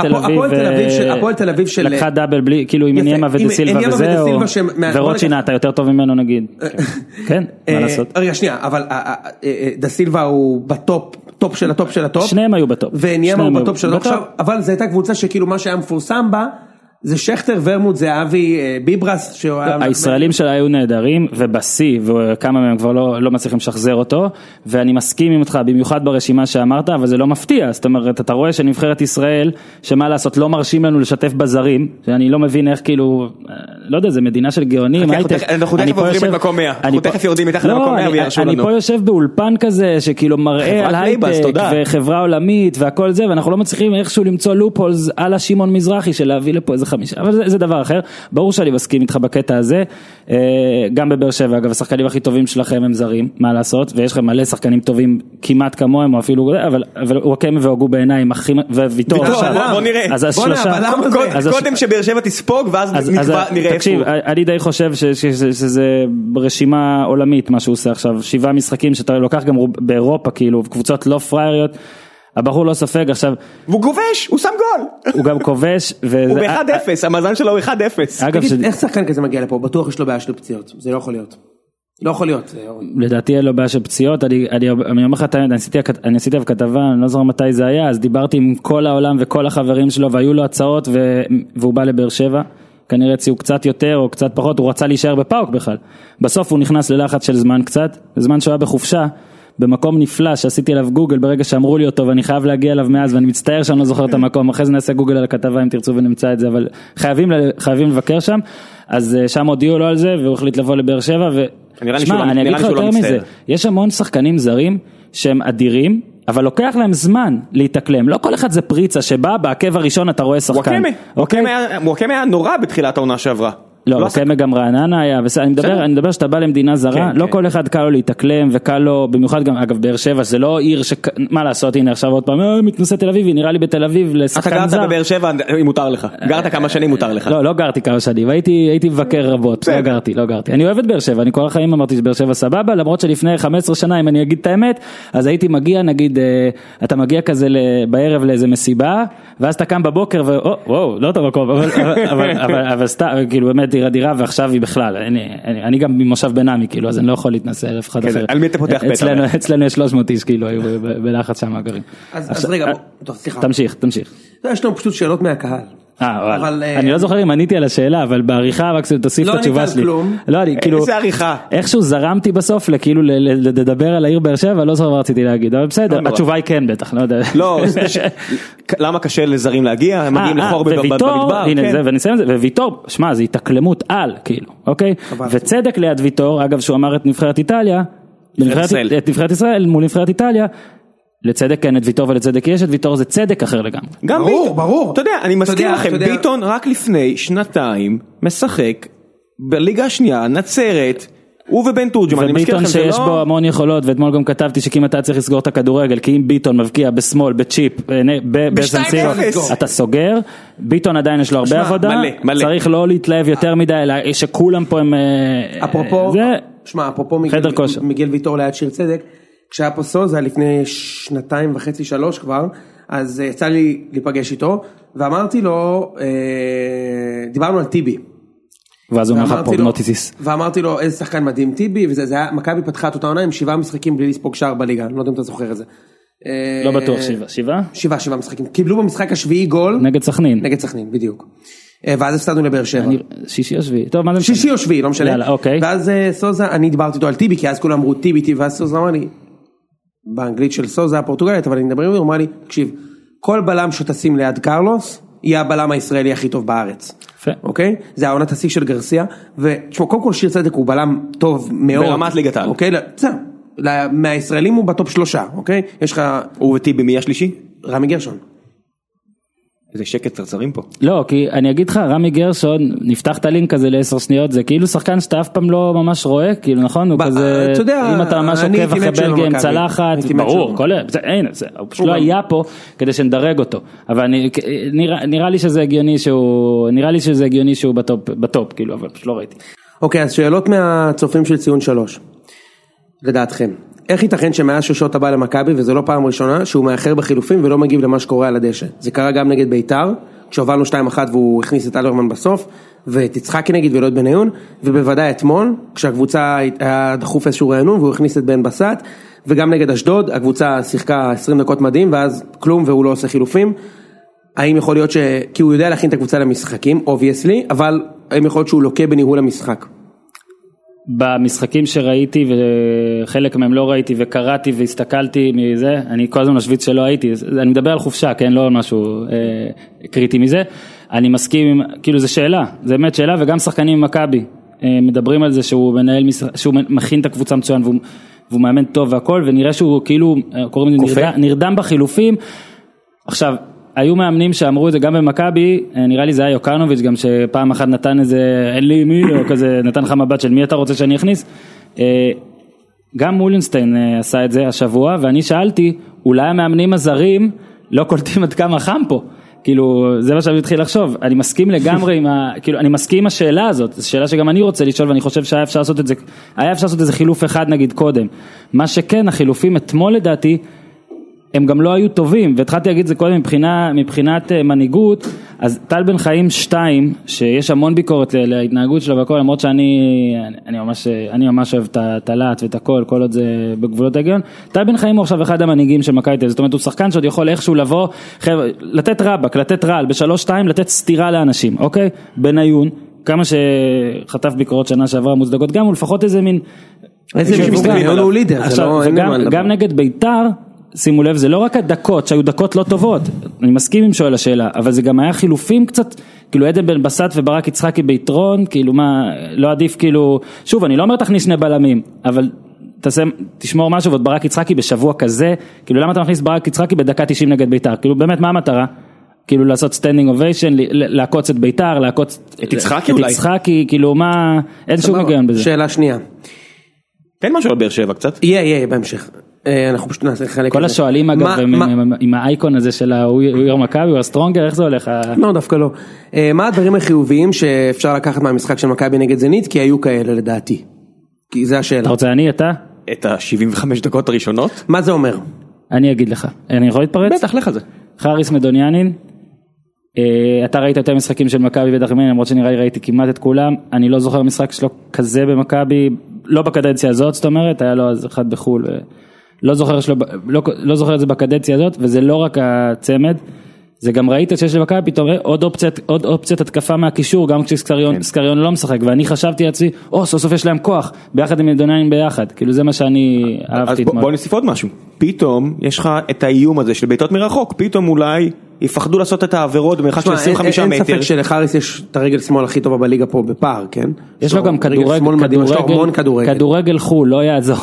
תל אביב לקחה דאבל בלי, כאילו עם אניאמה ודסילבה וזהו, ורוצ'ינה אתה יותר טוב ממנו נגיד. כן, מה לעשות? רגע, שנייה, אבל דסילבה הוא בטופ, טופ של הטופ של הטופ. שניהם היו בטופ. ואניאמה הוא בטופ של הטופ. אבל זו הייתה קבוצה שכאילו מה שהיה מפורסם בה, זה שכטר, ורמוט, זה אבי ביברס. הישראלים שלה היו נהדרים, ובסי, וכמה מהם כבר לא, לא מצליחים לשחזר אותו, ואני מסכים עם אותך, במיוחד ברשימה שאמרת, אבל זה לא מפתיע, זאת אומרת, אתה רואה שנבחרת ישראל, שמה לעשות, לא מרשים לנו לשתף בזרים, שאני לא מבין איך כאילו, לא יודע, זה מדינה של גאונים, אנחנו תכף עוברים את מקום מאה, אנחנו תכף יורדים מתחת למקום מאה וירשו לנו. אני פה יושב באולפן כזה, שכאילו מראה על הייטק, וחברה עולמית, והכל זה, ואנחנו לא מצליחים איכשהו למצוא לופולס על השמעון מזרחי של להביא לפה איזה חמישה, אבל זה, זה דבר אחר. ברור שאני מסכים איתך בקטע הזה, גם בבאר שבע, אגב, השחקנים הכי טובים שלכם הם זרים, מה לעשות, ויש לכם מלא שחקנים טובים כמעט כמוהם, או אפילו, אבל, אבל וואקמה והוגו בעיניים, וויטור עכשיו. בוא נראה, אז השלושה, קודם שבאר שבע תספוג, ואז נראה איפה. תקשיב, אני די חושב שזה רשימה עולמית, מה שהוא עושה עכשיו, שבעה משחקים שאתה לוקח גם באירופה, כאילו, קבוצות לא פרייריות, הבחור לא ספק עכשיו. והוא כובש, הוא שם גול. הוא גם כובש. הוא ב-אחד אפס, המאזן שלו הוא אחד אפס. תגיד, איך שחקן כזה מגיע לפה? בטוח יש לו בעיה של פציעות. זה לא יכול להיות. לא יכול להיות. לדעתי אין לו בעיה של פציעות. אני אומר לך, אני עשיתי כתבה, אני לא זוכר מתי זה היה, אז דיברתי עם כל העולם וכל החברים שלו, והיו לו הצעות, והוא בא לבאר שבע. כנראה הציעו קצת יותר או קצת פחות, הוא רצה להישאר בפאוק בכלל. בסוף הוא נכנס ללחץ של זמן קצת, זמן שהוא היה בחופשה, במקום נפלא שעשיתי עליו גוגל ברגע שאמרו לי אותו ואני חייב להגיע אליו מאז ואני מצטער שאני לא זוכר את המקום, אחרי זה נעשה גוגל על הכתבה אם תרצו ונמצא את זה, אבל חייבים, חייבים לבקר שם, אז שם הודיעו לו על זה והוא החליט לבוא לבאר שבע ושמע, אני אגיד לך יותר מזה, יש המון שחקנים זרים שהם אדירים, אבל לוקח להם זמן להתאקלם, לא כל אחד זה פריצה שבא, בעקב הראשון אתה רואה שחקן. וואקמה היה נורא בתחילת העונה שעברה. לא, וואקמה גם רעננה היה, אני מדבר, אני מדבר שאתה בא למדינה זרה, לא כל אחד קל לו להתאקלם, וקל לו, במיוחד גם, אגב, באר שבע, זה לא עיר ש... מה לעשות, הנה עכשיו עוד פעם, מתנוסה תל אביב, נראה לי בתל אביב לשחקן זר. אתה גרת בבאר שבע, אם מותר לך. גרת כמה שנים מותר לך. לא, לא גרתי כמה שנים, הייתי מבקר רבות, לא גרתי, לא גרתי. אני אוהב את באר שבע, אני כל החיים אמרתי שבאר שבע סבבה, למרות שלפני חמש עשרה שנה, אם אני אגיד את האמת, אז הייתי מגיע, נגיד, אתה מגיע כזה בערב לאיזה מסיבה, ואז אתה קם בבוקר ו... וואו, לא טוב מקום, אבל סתם, כאילו, באמת, דירה דירה, ועכשיו היא בכלל, אני גם ממושב בינמי, כאילו, אז אני לא יכול להתנסה אלף אחד אחר. על מי אתה פותח בית? אצלנו יש שלוש מאות איש, כאילו, היו בלחץ שם הגרים. אז רגע, טוב, סליחה. תמשיך, תמשיך. יש לנו פשוט שאלות מהקהל. אני לא זוכר אם עניתי על השאלה, אבל בעריכה רק תוסיף את התשובה שלי. לא עניתי על כלום. איזה עריכה? איכשהו זרמתי בסוף, כאילו, לדבר על העיר באר שבע, לא זוכר מה רציתי להגיד, אבל בסדר, התשובה היא כן בטח, לא יודע. לא, למה קשה לזרים להגיע? הם מגיעים לחור במדבר. וויטור, שמע, זה התאקלמות על, כאילו, אוקיי? וצדק ליד ויטור, אגב, שהוא אמר את נבחרת איטליה, את נבחרת ישראל מול נבחרת איטליה, לצדק כן את ויטור ולצדק יש את ויטור, זה צדק אחר לגמרי. גם ביטון, ברור. אתה יודע, אני מזכיר לכם, ביטון רק לפני שנתיים משחק בליגה השנייה, נצרת, הוא ובן תורג'מן, אני מזכיר לכם, זה לא... וביטון שיש בו המון יכולות, ואתמול גם כתבתי שכמעט אתה צריך לסגור את הכדורגל, כי אם ביטון מבקיע בסמול, בצ'יפ, בסנסירו, אתה סוגר, ביטון עדיין יש לו הרבה עבודה, צריך לא להתלהב יותר מדי, אלא שכולם פה הם... אפרופו, שמה, אפרופו מיגל ויטור ליד שיר צדק, כשהיה פה סוזה לפני שנתיים וחצי שלוש כבר, אז יצא לי להיפגש איתו, ואמרתי לו, דיברנו על טיבי. ואז הוא אומר לך פרוגנוטיסיס. ואמרתי לו, איזה שחקן מדהים טיבי, וזה היה, מכבי פתחה את אותה עונה עם שבעה משחקים בלי לספוג שער בליגה, אני לא יודע אם אתה זוכר את זה. לא בטוח, שבעה, שבעה? שבעה, שבעה משחקים. קיבלו במשחק השביעי גול. נגד סכנין. נגד סכנין, בדיוק. ואז הפסדנו לבאר שבע. שישי או שביעי? טוב, מה זה משנה? שישי או שביעי, לא משנה. יאללה, אוקיי. ואז סוזה, אני דיברתי איתו על טיבי, כי אז כולם אמרו טיבי, טיבי, ואז סוזה אמר לי, באנגלית של סוזה הפורטוגלית, אבל אני מדבר עם הוא, אמר לי, תקשיב, כל בלם שתשים ליד קרלוס, יהיה הבלם הישראלי הכי טוב בארץ. אוקיי? זה העונת השיא של גרסיה, ותשמע, קודם כל שיר צדק הוא בלם טוב מאוד. ברמת ליגת העל. אוקיי? בסדר. מהישראלים הוא בטופ שלושה, אוקיי? יש לך... הוא וטיבי מי השלישי? רמי גרשון. איזה שקט צרצרים פה. לא, כי אני אגיד לך, רמי גרשון, נפתח את הלינק הזה לעשר שניות, זה כאילו שחקן שאתה אף פעם לא ממש רואה, כאילו נכון? הוא כזה, אם אתה ממש עוקב אחרי בלגיה עם צלחת, ברור, כל אין, הוא פשוט לא היה פה כדי שנדרג אותו, אבל נראה לי שזה הגיוני שהוא, נראה לי שזה הגיוני שהוא בטופ, כאילו, אבל פשוט לא ראיתי. אוקיי, אז שאלות מהצופים של ציון שלוש, לדעתכם. איך ייתכן שמאז ששוט הבא למכבי, וזה לא פעם ראשונה, שהוא מאחר בחילופים ולא מגיב למה שקורה על הדשא. זה קרה גם נגד ביתר, כשהובלנו שתיים אחת והוא הכניס את אלברמן בסוף, ואת יצחקי נגיד ולא את בניון, ובוודאי אתמול, כשהקבוצה היה דחוף איזשהו רענון, והוא הכניס את בן בסט, וגם נגד אשדוד, הקבוצה שיחקה עשרים דקות מדהים, ואז כלום והוא לא עושה חילופים. האם יכול להיות ש... כי הוא יודע להכין את הקבוצה למשחקים, obviously, אבל האם יכול להיות שהוא לוקה בניהול המשחק? במשחקים שראיתי וחלק מהם לא ראיתי וקראתי והסתכלתי מזה, אני כל הזמן משוויץ שלא הייתי, אני מדבר על חופשה, כן, לא על משהו אה, קריטי מזה, אני מסכים, כאילו זה שאלה, זה באמת שאלה, וגם שחקנים ממכבי אה, מדברים על זה שהוא מנהל, שהוא מכין את הקבוצה מצוין והוא, והוא מאמן טוב והכל, ונראה שהוא כאילו, קוראים לזה נרדם, נרדם בחילופים. עכשיו, היו מאמנים שאמרו את זה גם במכבי, נראה לי זה היה יוקרנוביץ' גם שפעם אחת נתן איזה, אין לי מי, או כזה, נתן לך מבט של מי אתה רוצה שאני אכניס. גם מולינסטיין עשה את זה השבוע, ואני שאלתי, אולי המאמנים הזרים לא קולטים עד כמה חם פה. כאילו, זה מה שאני מתחיל לחשוב. אני מסכים לגמרי עם ה... כאילו, אני מסכים עם השאלה הזאת. זו שאלה שגם אני רוצה לשאול, ואני חושב שהיה אפשר לעשות את זה, היה אפשר לעשות איזה חילוף אחד נגיד קודם. מה שכן, החילופים אתמול לדעתי, הם גם לא היו טובים, והתחלתי להגיד את זה קודם מבחינה, מבחינת מנהיגות, אז טל בן חיים שתיים, שיש המון ביקורת להתנהגות שלו והכל, למרות שאני אני ממש, אני ממש אוהב את הלהט ואת הכל, כל עוד זה בגבולות ההגיון, טל בן חיים הוא עכשיו אחד המנהיגים של מכבי תל אביב, זאת אומרת הוא שחקן שעוד יכול איכשהו לבוא, לתת רבק, לתת רעל, בשלוש שתיים, לתת סתירה לאנשים, אוקיי? בניון, כמה שחטף ביקורות שנה שעברה מוצדקות, גם הוא לפחות איזה מין... איזה מבוגר, הוא לידר, זה לא... גם נגד ביתר, שימו לב, זה לא רק הדקות, שהיו דקות לא טובות, אני מסכים עם שואל השאלה, אבל זה גם היה חילופים קצת, כאילו עדן בן בסט וברק יצחקי ביתרון, כאילו מה, לא עדיף כאילו, שוב, אני לא אומר תכניס שני בלמים, אבל תשמור משהו, ועוד ברק יצחקי בשבוע כזה, כאילו למה אתה מכניס ברק יצחקי בדקה תשעים נגד ביתר? כאילו באמת מה המטרה? כאילו לעשות סטנדינג אוביישן, לעקוץ את ביתר, לעקוץ את יצחקי אולי. את יצחקי, כאילו מה, אין שום היגיון בזה. שאלה שנייה. תן משהו על באר שבע קצת. יהיה, יהיה, בהמשך. אנחנו פשוט נעשה חלק. כל השואלים אגב, עם האייקון הזה של הוא יור מכבי, הוא הסטרונגר, איך זה הולך? לא, דווקא לא. מה הדברים החיוביים שאפשר לקחת מהמשחק של מכבי נגד זנית, כי היו כאלה לדעתי. כי זה השאלה. אתה רוצה אני, אתה? את ה-שבעים וחמש דקות הראשונות? מה זה אומר? אני אגיד לך. אני יכול להתפרץ? בטח, לך זה. חריס מדוניאנין, אתה ראית יותר משחקים של מכבי בטח ממני, למרות שנראה לי ראיתי כמעט את כולם, אני לא זוכר משחק שלו כזה במכבי, לא בקדנציה הזאת, זאת אומרת, היה לו אז אחד בחול, לא זוכר שלו, לא, לא זוכר את זה בקדנציה הזאת, וזה לא רק הצמד, זה גם ראית שיש למכבי פתאום עוד אופציית, עוד אופציית התקפה מהקישור, גם כשסקריון, סקריון לא משחק, ואני חשבתי לעצמי, או, סוף סוף יש להם כוח, ביחד עם מדוניאנין ביחד, כאילו זה מה שאני אהבתי. אז בוא, בוא נוסיף עוד משהו, פתאום יש לך את האיום הזה של בעיטות מרחוק, פתאום אולי יפחדו לעשות את העבירות במרחק של עשרים וחמישה מטר. אין ספק שלחריס יש את הרגל שמאל הכי טובה בליגה פה בפאר, כן? יש לו גם כדורגל חול, לא יעזור.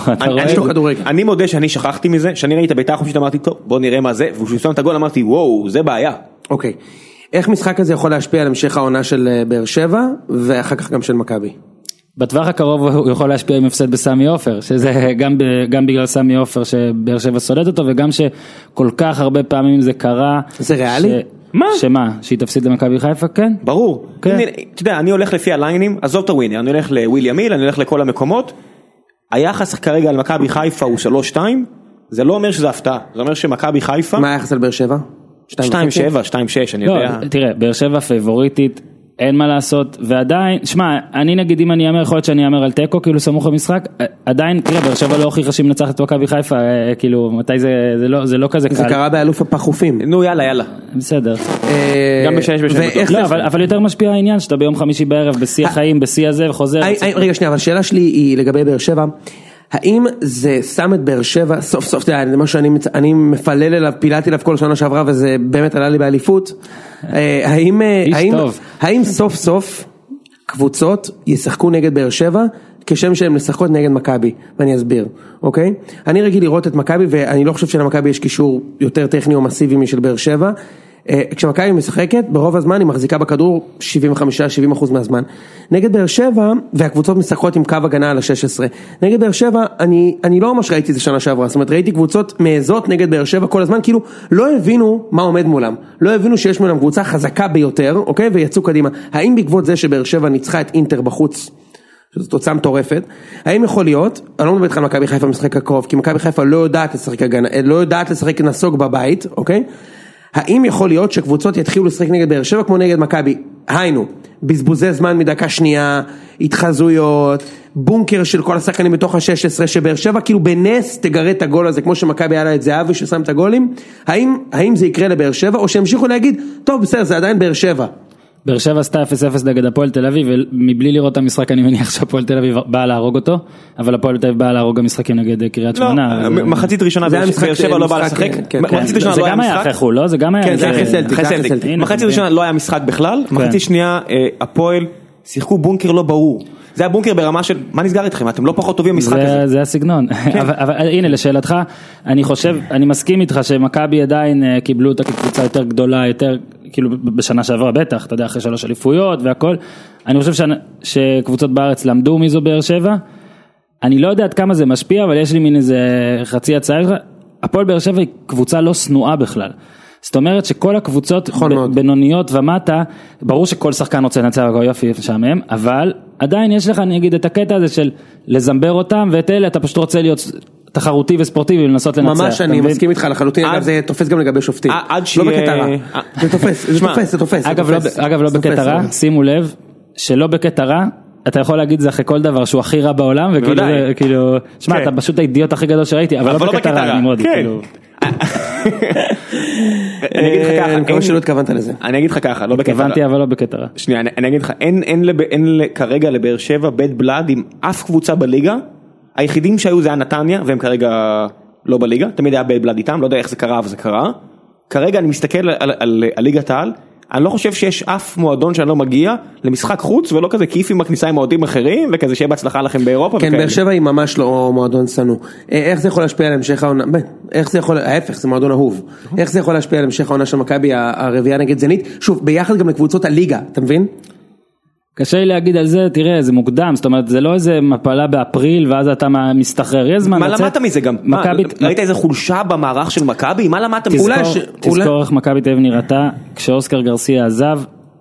אני מודה שאני שכחתי מזה, שאני ראיתי את הביתה החופשית, אמרתי, טוב, בוא נראה מה זה, וכשהוא שם את הגול אמרתי, וואו, זה בעיה. אוקיי, איך משחק הזה יכול להשפיע על המשך העונה של באר שבע, ואחר כך גם של מכבי? בטווח הקרוב הוא יכול להשפיע עם הפסד בסמי עופר, שזה גם, גם בגלל סמי עופר שבאר שבע סולד אותו, וגם שכל כך הרבה פעמים זה קרה. זה ריאלי? ש... מה? שמה? שהיא תפסיד למכבי חיפה, כן? ברור. כן. אני, אתה יודע, אני הולך לפי הליינים, עזוב את הווינר, אני הולך לוויליאם היל, אני הולך לכל המקומות, היחס כרגע על מכבי חיפה הוא שלוש שתיים, זה לא אומר שזה הפתעה, זה אומר שמכבי חיפה... מה היחס על באר שבע? שתיים שבע, שתיים שש, אני לא, יודע. תראה, באר שבע פייבוריטית, אין מה לעשות, ועדיין, שמע, אני נגיד אם אני אמר, יכול להיות שאני אמר על טקו, כאילו סמוך במשחק, עדיין, תראה, באר שבע לא הוכיחה שהיא מנצחת את מכבי חיפה, כאילו, מתי זה, זה לא, זה לא כזה קל. זה קרה באלוף הפחופים. נו, יאללה, יאללה. בסדר. גם בשש בשש. לא, אבל יותר משפיע העניין, שאתה ביום חמישי בערב, בשיא החיים, בשיא הזה, וחוזר. רגע, שנייה, אבל השאלה שלי היא לגבי באר שבע. האם זה שם את באר שבע, סוף סוף, זה מה שאני אני מפלל אליו, פיללתי אליו כל שנה שעברה, וזה באמת עלה לי באליפות. האם, האם, האם סוף סוף קבוצות ישחקו נגד באר שבע, כשם שהם משחקות נגד מכבי, ואני אסביר, אוקיי? אני רגיל לראות את מכבי, ואני לא חושב שלמכבי יש קישור יותר טכני או מסיבי משל באר שבע, כשמכבי משחקת, ברוב הזמן היא מחזיקה בכדור שבעים וחמישה שבעים אחוז מהזמן. נגד באר שבע, והקבוצות משחקות עם קו הגנה על ה-שש עשרה. נגד באר שבע, אני, אני לא ממש ראיתי את זה שנה שעברה. זאת אומרת, ראיתי קבוצות מעזות נגד באר שבע כל הזמן, כאילו לא הבינו מה עומד מולם. לא הבינו שיש מולם קבוצה חזקה ביותר, אוקיי? ויצאו קדימה. האם בעקבות זה שבאר שבע ניצחה את אינטר בחוץ, שזו תוצאה מטורפת, האם יכול להיות, אני לא מדבר איתך על מכבי חיפה משחק הקרוב, כי מכבי חיפה לא יודעת לשחק הגנה, לא יודעת לשחק נסוג בבית, אוקיי? האם יכול להיות שקבוצות יתחילו לשחק נגד באר שבע כמו נגד מכבי? היינו, בזבוזי זמן מדקה שנייה, התחזויות, בונקר של כל השחקנים בתוך ה-שש עשרה, שבאר שבע כאילו בנס תגרה את הגול הזה, כמו שמכבי היה לה את זהבי ששם את הגולים, האם, האם זה יקרה לבאר שבע, או שהמשיכו להגיד, טוב בסדר, זה עדיין באר שבע. באר שבע עשתה אפס אפס נגד הפועל תל אביב, ומבלי לראות את המשחק אני מניח שהפועל תל אביב באה להרוג אותו, אבל הפועל תל אביב באה להרוג המשחקים נגד קריית שמונה. מחצית ראשונה באר שבע לא באה לשחק, זה גם היה אחרי חול, לא? זה גם היה אחרי סלטיק. מחצית ראשונה לא היה משחק בכלל, מחצית שנייה הפועל שיחקו בונקר לא ברור. זה הבונקר ברמה של, מה נסגר איתכם? אתם לא פחות טובים במשחק הזה. זה הסגנון. אבל הנה, לשאלתך, אני חושב, אני מסכים איתך שמכבי עדיין קיבלו אותה כקבוצה יותר גדולה, יותר, כאילו בשנה שעברה בטח, אתה יודע, אחרי שלוש אליפויות והכל. אני חושב שקבוצות בארץ למדו מזו באר שבע. אני לא יודע עד כמה זה משפיע, אבל יש לי מין איזה חצי הצעה. הפועל באר שבע היא קבוצה לא שנואה בכלל. זאת אומרת שכל הקבוצות בינוניות ומטה, ברור שכל שחקן רוצה לנצח יופי שעמם, אבל עדיין יש לך, אני אגיד, את הקטע הזה של לזמבר אותם, ואת אלה אתה פשוט רוצה להיות תחרותי וספורטיבי ולנסות לנצח. ממש אני מסכים איתך לחלוטין, אגב זה תופס גם לגבי שופטים. לא בקטע רע. זה תופס, זה תופס, זה תופס. אגב לא בקטע רע, שימו לב, שלא בקטע רע, אתה יכול להגיד זה אחרי כל דבר שהוא הכי רע בעולם, וכאילו, שמע, אתה פשוט האידיוט הכי גדול שראיתי, אבל לא בקטע רע, אני מאוד, כאילו. אני אגיד לך ככה, אני מקווה שלא התכוונת לזה. אני אגיד לך ככה, לא בקטע רע. התכוונתי אבל לא בקטע רע. שנייה, אני אגיד לך, אין כרגע לבאר שבע בית בלד עם אף קבוצה בליגה, היחידים שהיו זה היה נתניה, והם כרגע לא בליגה, תמיד היה בית בלד איתם, לא יודע איך זה קרה, אבל זה קרה. כרגע אני מסתכל על ליגת העל, אני לא חושב שיש אף מועדון שאני לא מגיע למשחק חוץ, ולא כזה כיפים בכניסה עם מועדים אחרים, וכזה שיהיה בהצלחה לכם באירופה. כן, באר שבע היא ממש לא מועדון סנו. איך זה יכול להשפיע על המשך העונה? איך זה יכול, ההפך, זה מועדון אהוב. איך זה יכול להשפיע על המשך העונה של מכבי הרביעייה נגד זנית? שוב, ביחד גם לקבוצות הליגה, אתה מבין? קשה לי להגיד על זה, תראה, זה מוקדם, זאת אומרת, זה לא איזה מפלה באפריל, ואז אתה מסתחרר, יש זמן לצאת. מה למדת מזה גם? ראית איזה חולשה במערך של מכבי? מה למדת מזה? תזכור איך מכבי תל אביב נראתה, כשאוסקר גרסיה עזב,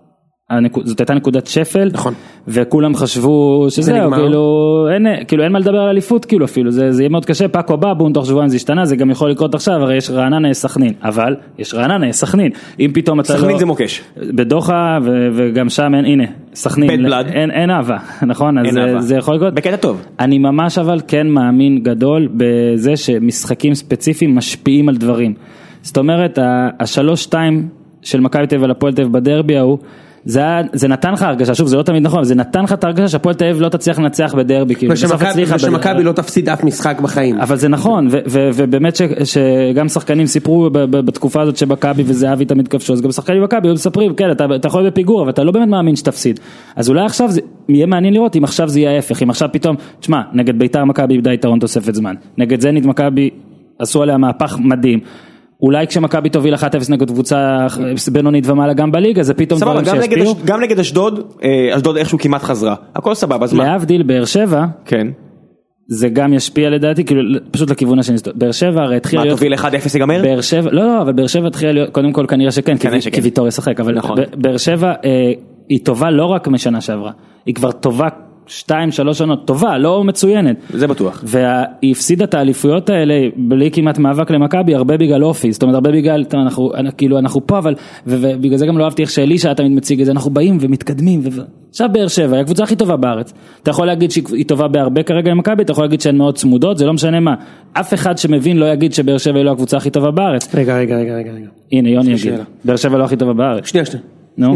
זאת הייתה נקודת שפל, נכון. וכולם חשבו שזה, כאילו, אין, כאילו, אין מה לדבר על אליפות, כאילו, אפילו, זה, זה יהיה מאוד קשה, פאקו בא, בום, תוך שבועיים זה השתנה, זה גם יכול לקרות עכשיו, הרי יש רעננה סכנין, אבל, יש רעננה סכנין, אם פתאום אתה לא... סכנין זה מוקש. בדוחה, ו, וגם שם אין, הנה, סכנין, בית בלד. אין, אין אהבה, נכון? אז זה, זה יכול לקרות. בקטע טוב. אני ממש אבל כן מאמין גדול, בזה שמשחקים ספציפיים משפיעים על דברים. זאת אומרת, השלוש שתיים של מכבי תל אביב על הפועל תל אביב בדרבי ההוא, זה, זה נתן לך הרגשה, שוב זה לא תמיד נכון, זה נתן לך את הרגשה שהפועל תל אביב לא תצליח לנצח בדרבי, כאילו, ושמכבי לא תפסיד אף משחק בחיים. אבל זה נכון, ו- ו- ובאמת ש- שגם שחקנים סיפרו ב- ב- בתקופה הזאת שבקבי וזהבי תמיד כבשו, אז גם שחקנים בקבי היו מספרים, כן, אתה, אתה יכול בפיגור, אבל אתה לא באמת מאמין שתפסיד. אז אולי עכשיו זה יהיה מעניין לראות, אם עכשיו זה יהיה ההפך, אם עכשיו פתאום, תשמע, נגד ביתר מכבי איבדה יתרון תוספת זמן, נגד זנית מכבי עשו עליה מהפך מדהים. אולי כשמכבי תוביל אחת אפס נגד קבוצה בינונית ומעלה גם בליגה, זה פתאום דברים שישפיעו. גם נגד אשדוד, אשדוד איכשהו כמעט חזרה, הכל סבבה. להבדיל באר שבע, כן. זה גם ישפיע לדעתי, כאילו פשוט לכיוון השני. באר שבע הרי התחיל להיות... מה, תוביל אחת אפס ייגמר? באר שבע, לא, לא, אבל באר שבע התחיל להיות, קודם כל כנראה שכן, כי ויטור ישחק, אבל באר שבע היא טובה לא רק משנה שעברה, היא כבר טובה שתיים, שלוש שנות, טובה, לא מצוינת. זה בטוח. והיא הפסידה את האליפויות האלה, בלי כמעט מאבק למכבי, הרבה בגלל אופי, זאת אומרת, הרבה בגלל, אנחנו, כאילו, אנחנו פה, אבל, ובגלל זה גם לא אהבתי איך שאלישע תמיד מציג את זה, אנחנו באים ומתקדמים, עכשיו באר שבע, היא הקבוצה הכי טובה בארץ. אתה יכול להגיד שהיא טובה בהרבה כרגע למכבי, אתה יכול להגיד שהן מאוד צמודות, זה לא משנה מה. אף אחד שמבין לא יגיד שבאר שבע היא לא הקבוצה הכי טובה בארץ. רגע, רגע, רגע, רגע. הנה, יוני יגיד. באר שבע לא הכי טובה בארץ. שנייה, שנייה. נו.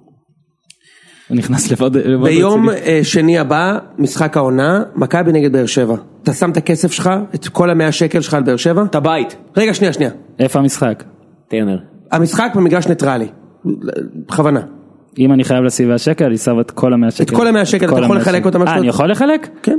הוא נכנס לבוד... ביום שני הבא, משחק העונה, מכבי נגד באר שבע. אתה שם את הכסף שלך, את כל המאה שקל שלך על באר שבע? את הבית. רגע, שנייה, שנייה. איפה המשחק? טרנר. המשחק במגרש ניטרלי. בכוונה. אם אני חייב לשים השקל, אני שם את כל המאה שקל. את כל המאה שקל, אתה יכול לחלק אותם? אה, אני יכול לחלק? כן.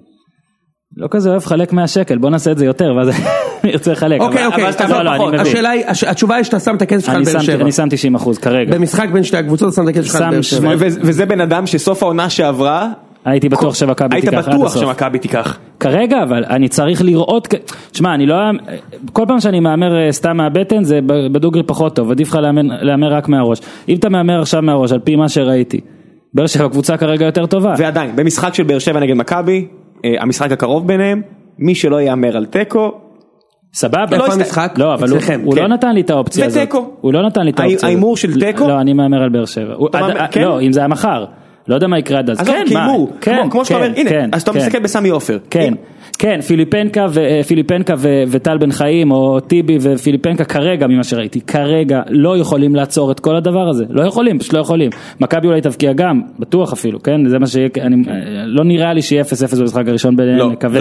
לא כזה אוהב חלק מאה שקל, בוא נעשה את זה יותר, ואז אני רוצה לחלק. אוקיי, אוקיי, השאלה היא, התשובה היא שאתה שם את הכסף שלך על באר שבע. אני שם תשעים אחוז כרגע. במשחק בין שתי הקבוצות, אתה שם את הכסף שלך על באר שבע. וזה בן אדם שסוף העונה שעברה, הייתי בטוח שמכבי תיקח. היית בטוח שמכבי תיקח. כרגע, אבל אני צריך לראות, תשמע, אני לא, כל פעם שאני מאמר סתם מהבטן, זה בדוגרי פחות טוב, עדיף לך לאמר רק מהראש. אם אתה מאמר עכשיו מהראש, על פי מה שראיתי, באר שבע קבוצה כרגע יותר טובה. ועדיין, במשחק של באר שבע נגד מכבי, המשחק הקרוב ביניהם, מי שלא יאמר על טקו, סבבה. איפה המשחק? לא, אבל הוא לא נתן לי את האופציה הזאת. וטקו. הוא לא נתן לי את האופציה הזאת. האימור של טקו? לא, אני מאמר על באר שבע. לא, אם זה היה מחר. לא יודע מה יקרה עד אז. אז כן, כאימור. כמו שאתה אומר, הנה, אז אתה מסתכל בסמי עופר. כן, כן, פיליפנקה ופיליפנקה וטל בן חיים, או טיבי ופיליפנקה כרגע, ממה שראיתי, כרגע לא יכולים לעצור את כל הדבר הזה. לא יכולים, פשוט לא יכולים. מכבי אולי תבקיע גם, בטוח אפילו, כן? זה מה שיהיה, לא נראה לי שיהיה אפס אפס במשחק הראשון ביניהם, מקווה.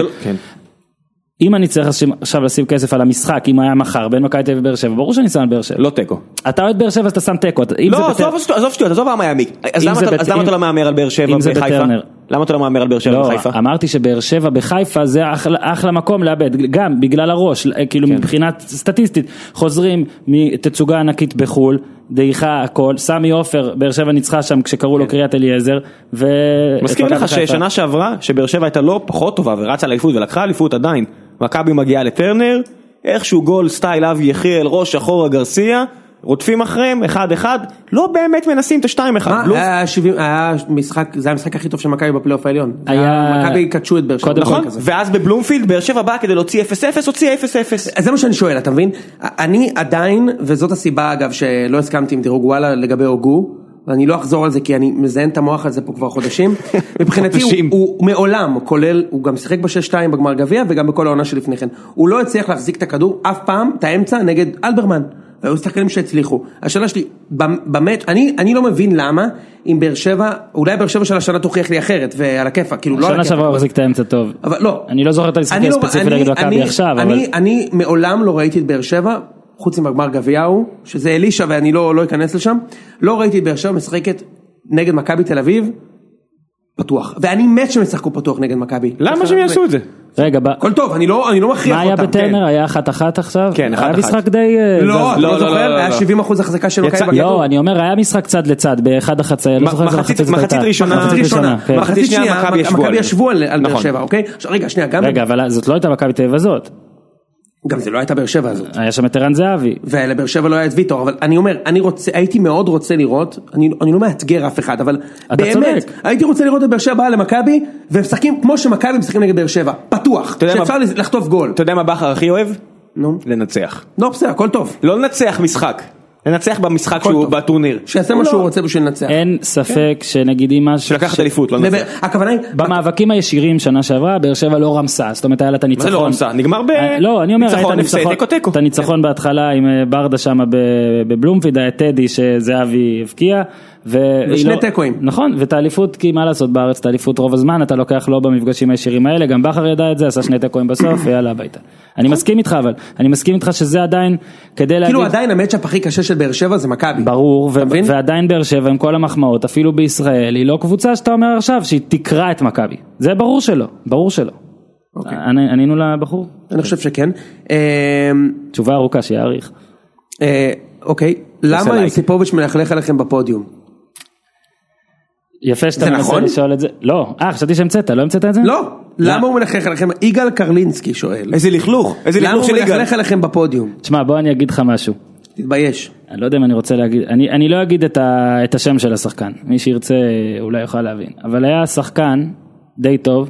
אם אני צריך עכשיו לשים כסף על המשחק, אם היה מחר בין מכבי תל אביב ובאר שבע, ברור שאני שם על באר שבע. לא טקו. אתה אוהד באר שבע אז אתה שם טקו. לא, עזוב שטויות, עזוב מה יעמיק. אז למה אתה לא מאמר על באר שבע בחיפה? למה אתה לא מאמר על באר שבע בחיפה? לא, אמרתי שבאר שבע בחיפה זה אחלה מקום לאבד, גם בגלל הראש, כאילו מבחינת סטטיסטית, חוזרים מתצוגה ענקית בחול, דעיכה הכל, סמי עופר, באר שבע ניצחה שם כשקראו לו קריית אליעזר, ו... מסכים לך ששנה שעברה, שבאר שבע הייתה לא פחות טובה, ורצה לאליפות ולקחה אליפות עדיין, מכבי מגיעה לטרנר, איכשהו גול סטייל אבי יחיאל, ראש שחור גרסיה, רודפים אחריהם, אחד אחד, לא באמת מנסים את השתיים אחד. מה, היה משחק, זה היה המשחק הכי טוב של מכבי בפלייאוף העליון. מכבי קדשו את באר שבע. נכון, ואז בבלומפילד, באר שבע באה כדי להוציא אפס אפס, הוציא אפס אפס. זה מה שאני שואל, אתה מבין? אני עדיין, וזאת הסיבה אגב, שלא הסכמתי עם דירוג וואלה לגבי אוגו, ואני לא אחזור על זה כי אני מזיין את המוח על זה פה כבר חודשים. מבחינתי הוא מעולם, כולל, הוא גם שיחק בשש שתיים בגמר גביע, וגם בכל העונה שלפני כן. הוא לא הצליח להחזיק את הכדור אף פעם, את האמצע, נגד אלברמן. והיו שחקנים שהצליחו. השאלה שלי, באמת, אני, אני לא מבין למה, אם באר שבע, אולי באר שבע של השנה תוכיח לי אחרת, ועל הכיפה, כאילו לא על הכיפה. השנה שבוע מחזיק את האמצע טוב. אבל לא. אני לא זוכר את המשחקים הספציפיים נגד מכבי עכשיו, אבל... אני, אני מעולם לא ראיתי את באר שבע, חוץ מבגמר גביעו, שזה אלישע ואני לא, לא אכנס לשם, לא ראיתי את באר שבע משחקת נגד מכבי תל אביב, פתוח. ואני מת שמשחקו פתוח נגד מכבי. למה שהם יעשו את זה? רגע, כל טוב, אני לא, אני לא מכריח אותם. מה היה בטרנר? היה אחת אחת עכשיו? כן, אחת אחת. היה משחק די... לא, אתה לא זוכר? היה שבעים אחוז החזקה של מכבי בכדור. לא, אני אומר, היה משחק צד לצד, באחד החצאי, לא זוכר איזה מחצית זאת הייתה. מחצית ראשונה. מחצית ראשונה. מחצית שנייה, מכבי ישבו על באר נכון. שבע, אוקיי? רגע, שנייה, גם... רגע, אבל זאת לא הייתה מכבי תל אביב הזאת. גם זה לא הייתה באר שבע הזאת. היה שם את ערן זהבי. ולבאר שבע לא היה את ויטור, אבל אני אומר, אני רוצה, הייתי מאוד רוצה לראות, אני, אני לא מאתגר אף אחד, אבל באמת, צודק. הייתי רוצה לראות את באר שבע באה למכבי, והם משחקים כמו שמכבי משחקים נגד באר שבע, פתוח, שאפשר מה... לחטוף גול. אתה יודע מה בכר הכי אוהב? נו. לנצח. לא, בסדר, הכל טוב. לא לנצח משחק. לנצח במשחק שהוא בטורניר. שיעשה מה שהוא רוצה בשביל לנצח. אין ספק שנגיד אם משהו... שלקחת אליפות, לא נצח. הכוונה היא... במאבקים הישירים שנה שעברה, באר שבע לא רמסה, זאת אומרת היה לה את הניצחון. מה זה לא רמסה? נגמר ב... לא, אני אומר, את הניצחון בהתחלה עם ברדה שם בבלומפיד, היה טדי שזהבי הבקיע. ושני טקואים. נכון, ואת האליפות, כי מה לעשות בארץ, את האליפות רוב הזמן, אתה לוקח לא במפגשים הישירים האלה, גם בכר ידע את זה, עשה שני טקואים בסוף, ויאללה הביתה. אני מסכים איתך, אבל, אני מסכים איתך שזה עדיין, כדי להגיד... כאילו עדיין המצ'אפ הכי קשה של באר שבע זה מכבי. ברור, ועדיין באר שבע עם כל המחמאות, אפילו בישראל, היא לא קבוצה שאתה אומר עכשיו, שהיא תקרא את מכבי. זה ברור שלא, ברור שלא. ענינו לבחור? אני חושב שכן. תשובה ארוכה, שיעריך. אוקיי, למה יוסיפוביץ' מלכלך עליכם בפודיום? יפה שאתה מנסה לשאול את זה. לא, אה, חשבתי שהמצאת, לא המצאת את זה? לא, למה הוא מלכלך עליכם? יגאל קרלינסקי שואל. איזה לכלוך, איזה למה לכלוך הוא של יגאל. מלכלך עליכם בפודיום? תשמע, בוא אני אגיד לך משהו. תתבייש. אני לא יודע אם אני רוצה להגיד, אני, אני לא אגיד את, ה, את השם של השחקן, מי שירצה אולי יוכל להבין, אבל היה שחקן די טוב,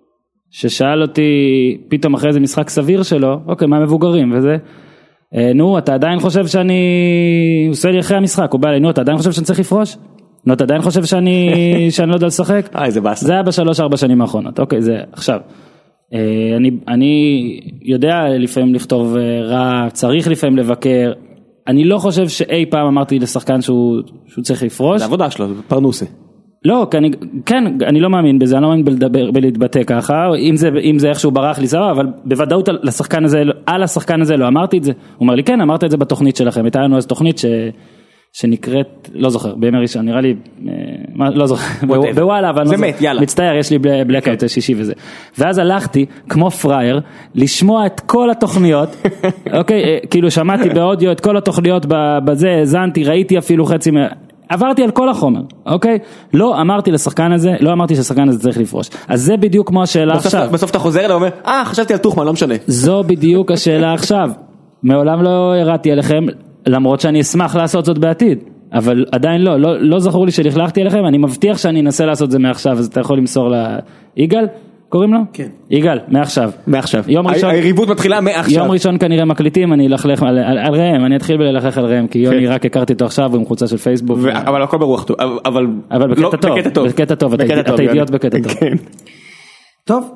ששאל אותי פתאום אחרי איזה משחק סביר שלו, אוקיי, מה מבוגרים וזה, נו, אתה עדיין חושב שאני, הוא עושה לי אחרי המשחק, הוא בא לי, נו, אתה עדיין חושב שאני צריך לפרוש? נו, אתה עדיין חושב שאני, שאני לא יודע לשחק? אה, זה באסה. זה היה בשלוש ארבע שנים האחרונות, אוקיי, זה עכשיו. אני, אני יודע לפעמים לכתוב רע, צריך לפעמים לבקר, אני לא חושב שאי פעם אמרתי לשחקן שהוא, שהוא צריך לפרוש. זה עבודה שלו, זה פרנוסה. לא, כי אני, כן, אני לא מאמין בזה, אני לא מאמין בלדבר, בלהתבטא ככה, אם זה, אם זה איכשהו ברח לי סבבה, אבל בוודאות לשחקן הזה, על השחקן הזה לא אמרתי את זה. הוא אומר לי, כן, אמרת את זה בתוכנית שלכם, הייתה לנו אז תוכנית ש... שנקראת, לא זוכר, בימי ראשון, נראה לי, מה, לא זוכר, בוואלה, אבל זה מת, יאללה. מצטער, יש לי בלקאוט שישי וזה. ואז הלכתי, כמו פרייר, לשמוע את כל התוכניות, אוקיי, כאילו שמעתי באודיו את כל התוכניות בזה, הזנתי, ראיתי אפילו חצי, עברתי על כל החומר, אוקיי? לא אמרתי לשחקן הזה, לא אמרתי שהשחקן הזה צריך לפרוש. אז זה בדיוק כמו השאלה עכשיו. בסוף אתה חוזר ואומר, אה, חשבתי על תוכמן, לא משנה. זו בדיוק השאלה עכשיו. מעולם לא הראתי עליכם, למרות שאני אשמח לעשות זאת בעתיד, אבל עדיין לא, לא, לא זכור לי שלכלכתי עליכם, אני מבטיח שאני אנסה לעשות זה מעכשיו, אז אתה יכול למסור ליגאל, קוראים לו? כן. יגאל, מעכשיו. מעכשיו. יום ראשון. היריבות מתחילה מעכשיו. יום ראשון כנראה מקליטים, אני אלכלך על, על, על ראם, אני אתחיל בללכך על ראם, כי יוני רק הכרתי אותו עכשיו, הוא עם חולצה של פייסבוק. ו... אבל הכל ברוח טוב, אבל... אבל בקטע טוב, בקטע טוב, אתה אידיוט בקטע טוב. כן. טוב,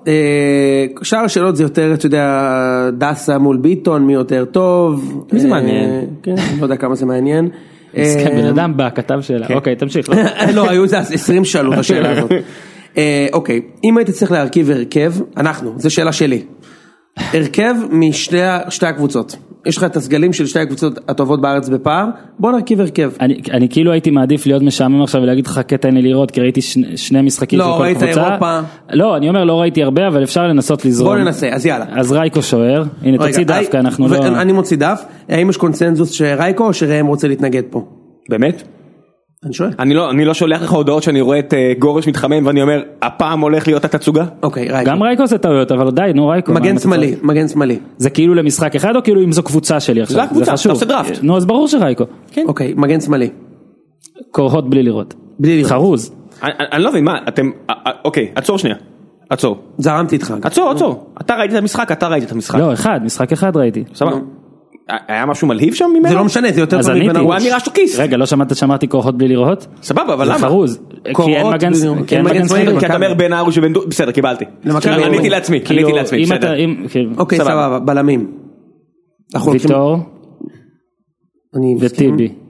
שאר השאלות זה יותר, אתה יודע, דסה מול ביטון, מי יותר טוב. מי זה מעניין? כן, לא יודע כמה זה מעניין. כן, בן אדם בא, כתב שאלה. אוקיי, תמשיך. לא, היו זה עשרים שאלות השאלה הזאת. אוקיי, אם הייתי צריך להרכיב הרכב, אנחנו, זו שאלה שלי. הרכב משתי הקבוצות. יש לך את הסגלים של שתי הקבוצות הטובות בארץ בפער, בוא נרכיב הרכב. אני, אני כאילו הייתי מעדיף להיות משעמם עכשיו ולהגיד לך קטע אין לי לראות, כי ראיתי שני, שני משחקים לא, של כל ראית קבוצה. אירופה. לא, אני אומר לא ראיתי הרבה, אבל אפשר לנסות לזרום. בוא ננסה, אז יאללה. אז רייקו שוער, הנה רגע, תוציא דווקא, I, אנחנו לא... אני מוציא דף, האם יש קונצנזוס שרייקו או שראם רוצה להתנגד פה? באמת? אני שואל. אני לא, אני לא שולח לך הודעות שאני רואה את גורש מתחמם ואני אומר, הפעם הולך להיות התצוגה? אוקיי, רייקו. גם רייקו זה טעויות, אבל די, נו רייקו. מגן שמאלי, מגן שמאלי. זה כאילו למשחק אחד או כאילו אם זו קבוצה שלי עכשיו? זה הקבוצה, אתה עושה דראפט. נו, אז ברור שרייקו. אוקיי, מגן שמאלי. קורחות בלי לראות. בלי לראות. חרוז. אני לא מבין, מה, אתם, אוקיי, עצור שנייה. עצור. זרמתי איתך. עצור, עצור. אתה ראית את המשחק, אתה ראית את המשחק. לא, אחד, משחק אחד ראיתי. סבבה. היה משהו מלהיב שם ממנו? זה לא משנה, זה יותר טוב מבן הוא היה נראה שוקיס. רגע, לא שמעת שמרתי כוחות בלי לראות? סבבה, אבל למה? זה חרוז. כי אין מגן שמאלי. כי אתה אומר בן ארוש ובן דוד, בסדר, קיבלתי. עניתי לעצמי, עניתי לעצמי, בסדר. אוקיי, סבבה, בלמים. ויטור וטיבי.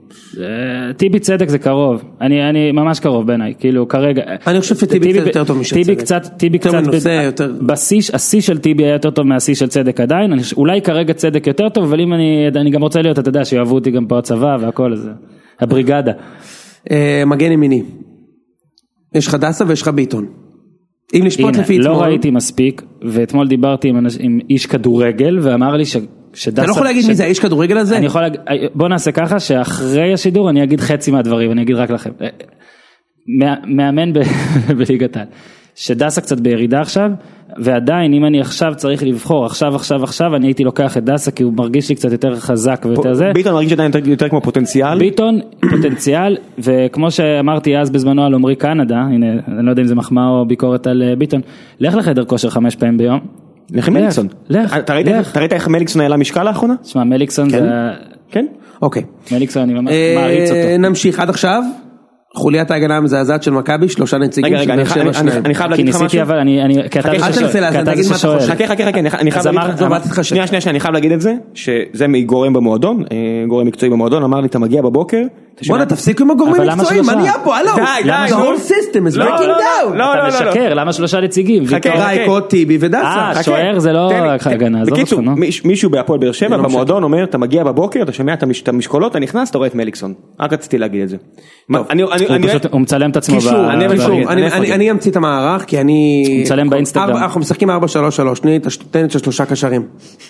טיבי צדק זה קרוב, אני, אני ממש קרוב בעיניי, כאילו כרגע. אני חושב שטיבי קצת יותר טוב משל צדק. טיבי קצת, טיבי קצת, בשיא של טיבי היה יותר טוב מהשיא של צדק עדיין, אולי כרגע צדק יותר טוב, אבל אם אני, אני גם רוצה להיות, אתה יודע, שיאהבו אותי גם פה הצבא והכל, זה הבריגדה. מגן ימיני. יש לך דסה ויש לך ביטון. אם לשפוט לפי אתמול. לא ראיתי מספיק, ואתמול דיברתי עם, עם איש כדורגל, ואמר לי ש... אתה לא יכול להגיד מי זה האיש כדורגל הזה? אני יכול להגיד, בוא נעשה ככה, שאחרי השידור אני אגיד חצי מהדברים, אני אגיד רק לכם. מאמן בליגת העל, שדסה קצת בירידה עכשיו, ועדיין אם אני עכשיו צריך לבחור, עכשיו, עכשיו, עכשיו, אני הייתי לוקח את דסה, כי הוא מרגיש לי קצת יותר חזק ויותר זה. ביטון מרגיש עדיין יותר כמו פוטנציאל? ביטון, פוטנציאל, וכמו שאמרתי אז בזמנו על עומרי קנדה, הנה, אני לא יודע אם זה מחמאה או ביקורת על ביטון, לך לחדר כושר חמש פעמים ביום. לך עם מליקסון. לך, אתה ראית איך מליקסון העלה משקל לאחרונה? תשמע, מליקסון זה... כן? אוקיי. מליקסון, אני ממש מעריץ אותו. נמשיך עד עכשיו. חוליית ההגנה המזעזעת של מכבי, שלושה נציגים. רגע, רגע, אני חייב להגיד לך משהו. כי ניסיתי, אבל אני... אל תנסה לעשות, תגיד מה אתה חושב. חכה, חכה, חכה, אני חייב להגיד לך... שנייה, שנייה, אני חייב להגיד את זה, שזה גורם במועדון, גורם מקצועי במועדון, אמר לי, אתה מגיע בבוקר... בוא'נה, תפסיקו עם הגורמים מקצועיים, מה נהיה פה? הלו, די, די, the whole system is breaking down. אתה משקר, למה שלושה נציגים? רייקו, טיבי ודסה. אה, שוער זה לא הגנה. בקיצור, מישהו בהפועל באר שבע במועדון אומר, אתה מגיע בבוקר, אתה שומע את המשקולות, אתה נכנס, אתה רואה את מליקסון. רק רציתי להגיד את זה. הוא מצלם את עצמו. אני אמציא את המערך, כי אני... הוא מצלם באינסטגרם. אנחנו משחקים ארבע שלוש שלוש, תן את שלושה קשרים.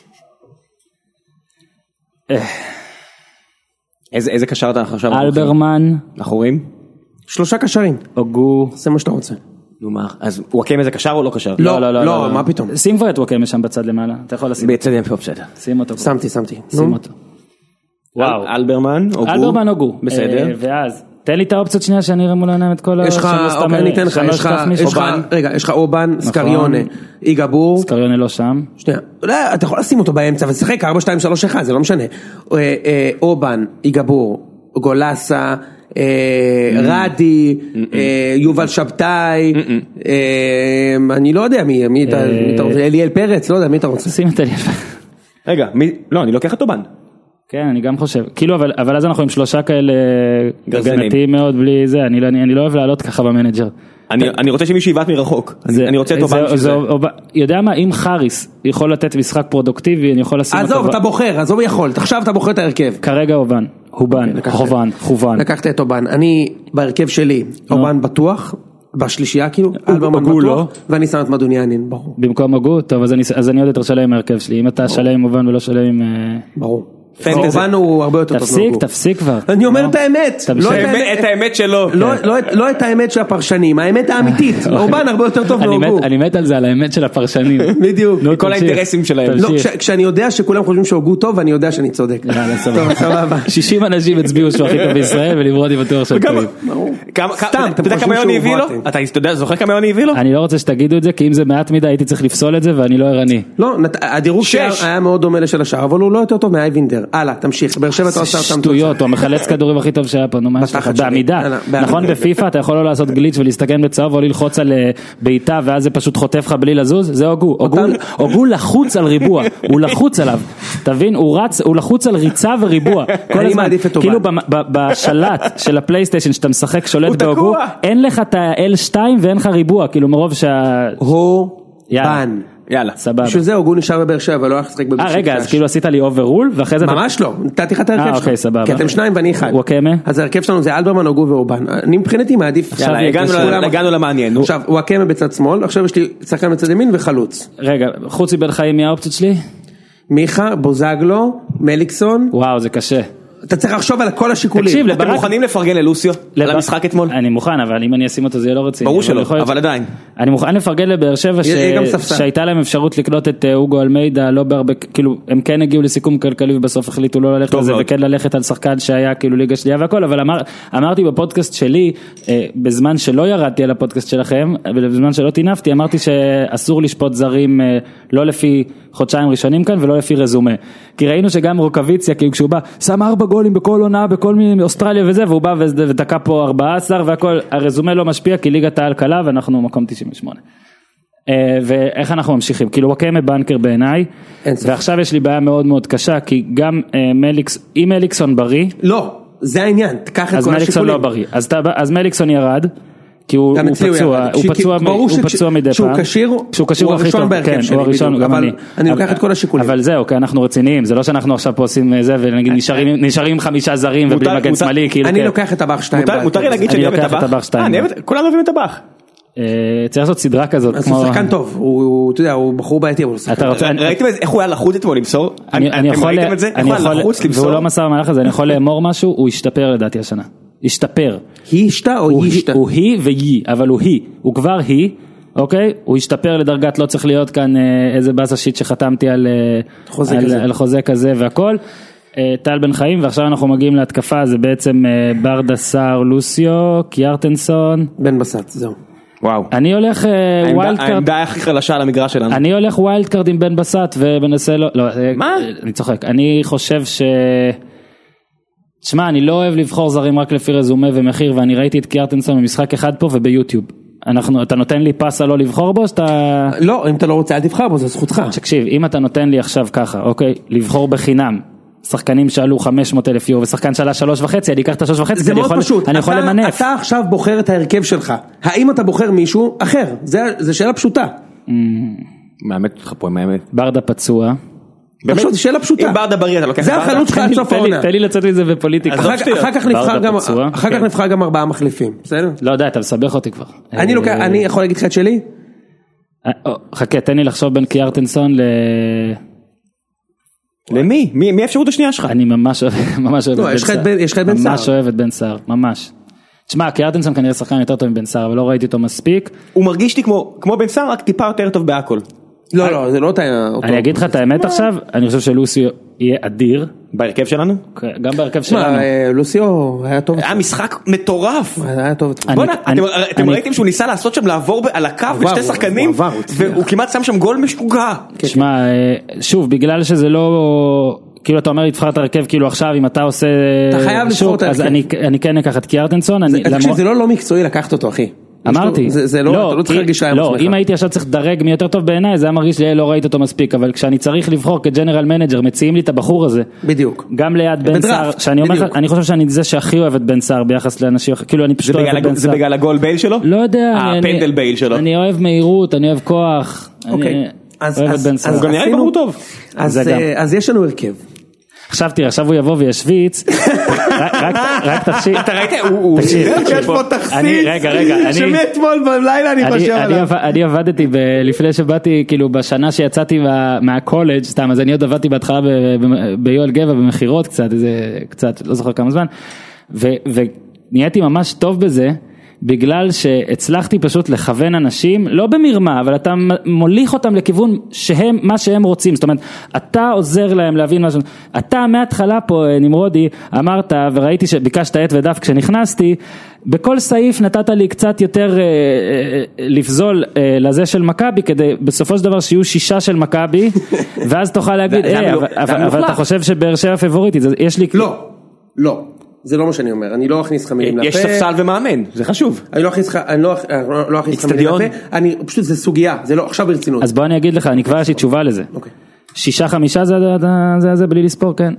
איזה, איזה קשר אתה עכשיו? אלברמן. אנחנו רואים? שלושה קשרים. אוגו. זה מה שאתה רוצה. נו מה, אז וואקמה איזה קשר או לא קשר? לא, לא, לא, מה פתאום? שים כבר את וואקמה שם בצד למעלה. אתה יכול לשים. בצד יפה, בסדר. שים אותו. שמתי, שמתי. שים אותו. וואו. אלברמן, אוגו. אלברמן, אוגו. בסדר. ואז, תן לי את האופציות שנייה שאני אראה מול העיניים את כל... יש לך, אוקיי, אני אתן לך, יש לך, רגע, יש לך אובן, סקריונה, איגבור. סקריונה לא שם. שנייה, אתה יכול לשים אותו באמצע ושחק ארבע שתיים שלוש אחת, זה לא משנה. אובן, איגבור, גולסה, רדי, יובל שבתאי, אני לא יודע מי, מי אתה רוצה, אליאל פרץ, לא יודע מי אתה רוצה. שים את אליאל פרץ. רגע, לא, אני לוקח את אובן. כן, אני גם חושב, כאילו, אבל, אבל אז אנחנו עם שלושה כאלה גזנתיים מאוד בלי זה, אני, אני, אני לא אוהב לעלות ככה במנג'ר. אני, אני רוצה שמישהו יבעט מרחוק, זה, אני רוצה את אובן זה, זה, אוב, יודע מה, אם חריס יכול לתת משחק פרודוקטיבי, אני יכול לשים אותו... עזוב, אתה בוחר, עזוב יכול, עכשיו אתה בוחר את ההרכב. כרגע אובן, הובן, חובן, חובן. לקחת את אובן, אני בהרכב שלי, אובן בטוח, בשלישייה כאילו, אלברמן בטוח, ואני שם את מדוניאנין, ברור. במקום אגו, טוב, אז אני, אז אני עוד יותר שלם עם ההרכב שלי, אם אתה שלם עם אובן ולא שלם עם... ברור. אובן הוא הרבה יותר טוב. תפסיק, תפסיק כבר. אני אומר את האמת. את האמת שלו. לא את האמת של הפרשנים, האמת האמיתית. אובן הרבה יותר טוב מאוגו. אני מת על זה, על האמת של הפרשנים. בדיוק. כל האינטרסים שלהם. כשאני יודע שכולם חושבים שאוגו טוב, אני יודע שאני צודק. סבבה. שישים אנשים הצביעו שהוא הכי טוב בישראל, ולברוד יבטוח של טובים. סתם, אתה יודע כמה יוני הביא לו? אתה זוכר כמה יוני הביא לו? אני לא רוצה שתגידו את זה, כי אם זה מעט מדי הייתי צריך לפסול את זה, ואני לא ערני. לא, הדירוג היה מאוד דומה לשל השאר, אבל הוא לא יותר טוב מאייבינדר. הלאה, תמשיך, באר שבע אתה עושה אותם שטויות, הוא המחלץ כדורים הכי טוב שהיה פה, נו מה יש לך, בעמידה, נכון בפיפה אתה יכול לא לעשות גליץ' ולהסתכן בצהוב או ללחוץ על בעיטה ואז זה פשוט חוטף לך בלי לזוז, זה אוגו, אוגו לחוץ על ריבוע, הוא לחוץ עליו, תבין, הוא רץ, הוא לחוץ על ריצה וריבוע, כל הזמן, כאילו בשלט של הפלייסטיישן שאתה משחק שולט באוגו, אין לך את ה-אל שתיים ואין לך ריבוע, כאילו מרוב שה... הוא בן. יאללה, סבבה. בשביל זה אוגו נשאר בבאר שבע, ולא הולך לשחק בבאר שבע. אה, רגע, אז כאילו עשית לי אוברול, ואחרי זה... ממש לא, נתתי לך את ההרכב שלך. אה, אוקיי, סבבה. כי אתם שניים ואני אחד. וואקמה? אז ההרכב שלנו זה אלברמן, אוגו ואובן. אני מבחינתי מעדיף... יאללה, הגענו למעניין. עכשיו, וואקמה בצד שמאל, עכשיו יש לי שחקן בצד ימין וחלוץ. רגע, חוץ מבן חיים, מי האופציות שלי? מיכה, בוזגלו, מליקסון. וואו, זה קשה. אתה צריך לחשוב על כל השיקולים. תקשיב, אתם מוכנים לפרגן ללוסיו על המשחק אתמול? אני מוכן, אבל אם אני אשים אותו זה יהיה לא רציני. ברור שלא, אבל עדיין. אני מוכן לפרגן לבאר שבע שהייתה להם אפשרות לקנות את אוגו אלמיידה, לא בהרבה, כאילו, הם כן הגיעו לסיכום כלכלי ובסוף החליטו לא ללכת לזה, וכן ללכת על שחקן שהיה כאילו ליגה שנייה והכל, אבל אמרתי בפודקאסט שלי, בזמן שלא ירדתי על הפודקאסט שלכם, ובזמן שלא תינפתי, אמרתי שאסור לשפוט זרים לא לפי חודשיים ראשונים כאן ולא לפי רזומה. כי ראינו שגם רוקוויציה, כאילו כשהוא בא, שם ארבע גולים בכל עונה, בכל מיני אוסטרליה וזה, והוא בא ותקע פה ארבעה עשר והכל, הרזומה לא משפיע כי ליגת העל קלה ואנחנו מקום תשעים ושמונה. ואיך אנחנו ממשיכים? כאילו וואקמה בנקר בעיניי, ועכשיו יש לי בעיה מאוד מאוד קשה, כי גם מליקס, אם מליקסון בריא, לא, זה העניין, תקח את אז כל מליקסון השיקולים. לא בריא, אז, אתה, אז מליקסון ירד, כי הוא, הוא פצוע, הוא פצוע, הוא פצוע מדי פעם. כשהוא קשיר, הוא הראשון בהרכב שלי, אבל אני לוקח את כל השיקולים. אבל זהו, כי אנחנו רציניים, זה לא שאנחנו עכשיו פה עושים זה, ונגיד נשארים עם חמישה זרים ובלי מגן שמאלי. אני לוקח את הבח שתיים. מותר לי להגיד שאני אוהב את הבח? כולם אוהבים את הבח. צריך לעשות סדרה כזאת. אז הוא שחקן טוב, הוא, אתה יודע, הוא בחור בעייתי, אבל הוא שחקן. ראיתם איך הוא היה לחוץ אתמול למסור? אני יכול, והוא לא מסר במהלך הזה, אני יכול לאמור משהו, הוא השתפר לדעתי השנה. השתפר. היא השתה או היא השתה? הוא היא והיא, אבל הוא היא. הוא כבר היא, אוקיי? הוא השתפר לדרגת, לא צריך להיות כאן איזה באסה שיט שחתמתי על חוזה כזה והכל. טל בן חיים, ועכשיו אנחנו מגיעים להתקפה, זה בעצם ברדה סער לוסיו, קיארטנסון. בן בסט, זהו. וואו. אני הולך ווילד קארד. העמדה הכי חלשה על המגרש שלנו. אני הולך ווילד קארד עם בן בסט ומנסה לא... מה? אני צוחק. אני חושב ש... תשמע, אני לא אוהב לבחור זרים רק לפי רזומה ומחיר, ואני ראיתי את קיארטנסון במשחק אחד פה וביוטיוב. אנחנו, אתה נותן לי פסה לא לבחור בו, שאתה... לא, אם אתה לא רוצה, אל תבחר בו, זה זכותך. תקשיב, אם אתה נותן לי עכשיו ככה, אוקיי, לבחור בחינם, שחקנים שעלו חמש מאות אלף יורו, ושחקן שעלה שלוש וחצי, אני אקח את השלוש וחצי, זה מאוד פשוט. אני יכול למנף. אתה עכשיו בוחר את ההרכב שלך. האם אתה בוחר מישהו אחר? זה שאלה פשוטה. מאמת אותך פה, מאמת. ברדה פצוע. עכשיו, זו שאלה פשוטה. אם ברדה בריא, אתה לוקח את ברדה. זה החלוץ שלך עד סוף העונה. תן לי לצאת מזה בפוליטיקה. אחר כך נבחר גם ארבעה מחליפים, בסדר? לא יודע, אתה מסבך אותי כבר. אני יכול להגיד לך את שלי? חכה, תן לי לחשוב בין קיארטנסון ל... למי? מי האפשרות השנייה שלך? אני ממש אוהב את בן סער. ממש אוהב את בן סער, ממש. תשמע, קיארטנסון כנראה שחקן יותר טוב מבן סער, אבל לא ראיתי אותו מספיק. הוא מרגיש לי כמו בן סער, רק טיפה יותר טוב בהכל. לא, לא, זה לא אותו. אני אגיד לך את האמת עכשיו, אני חושב שלוסיו יהיה אדיר. בהרכב שלנו? גם בהרכב שלנו. לוסיו היה טוב. היה משחק מטורף. היה טוב. בוא'נה, אתם ראיתם שהוא ניסה לעשות שם לעבור על הקו בשתי שחקנים, והוא כמעט שם שם גול משוגע. תשמע, שוב, בגלל שזה לא... כאילו אתה אומר תבחר את הרכב, כאילו עכשיו אם אתה עושה... אתה חייב לבחור את הרכב. אז אני כן אקח את קיארטנסון. זה לא לא מקצועי לקחת אותו, אחי. אמרתי, זה לא, אתה לא צריך להרגיש להם לא, אם הייתי עכשיו צריך לדרג מי יותר טוב בעיניי, זה היה מרגיש לי, לא ראיתי אותו מספיק, אבל כשאני צריך לבחור כג'נרל מנג'ר, מציעים לי את הבחור הזה. בדיוק. גם ליד בן סער, שאני אומר, אני חושב שאני זה שהכי אוהב את בן סער ביחס לאנשים, כאילו אני פשוט אוהב את בן סער. זה בגלל הגול בייל שלו? לא יודע. הפנדל בייל שלו. אני אוהב מהירות, אני אוהב כוח. אוקיי. אני אוהב את בן סער. הוא גם נראה לי בחור טוב. אז יש לנו הרכב. עכשיו תראה, עכשיו הוא יבוא וישוויץ, רק תחשיב. אתה ראית, הוא יש פה תחסיס, רגע, רגע, שמאתמול בלילה אני חושב עליו. אני עבדתי, לפני שבאתי, כאילו בשנה שיצאתי מהקולג' סתם, אז אני עוד עבדתי בהתחלה ביואל גבע, במחירות קצת, איזה קצת, לא זוכר כמה זמן, ונהייתי ממש טוב בזה, בגלל שהצלחתי פשוט לכוון אנשים, לא במרמה, אבל אתה מוליך אותם לכיוון שהם, מה שהם רוצים, זאת אומרת, אתה עוזר להם להבין משהו, אתה מההתחלה פה, נמרודי, אמרת, וראיתי שביקשת עת ודף כשנכנסתי, בכל סעיף נתת לי קצת יותר אה, אה, לפזול אה, לזה של מכבי, כדי בסופו של דבר שיהיו שישה של מכבי, ואז תוכל להגיד, אה, אבל, אבל, אבל אתה חושב שבאר שבע פבוריטית, יש לי... לא, לא. זה לא מה שאני אומר, אני לא אכניס לך מילים לפה. יש ספסל ומאמן, זה חשוב. אני לא אכניס לך, אני לא אכניס לך מילים לפה, אני, פשוט זה סוגיה, זה לא, עכשיו ברצינות. אז בוא אני אגיד לך, אני כבר יש לי תשובה לזה. שישה חמישה זה זה בלי לספור, כן.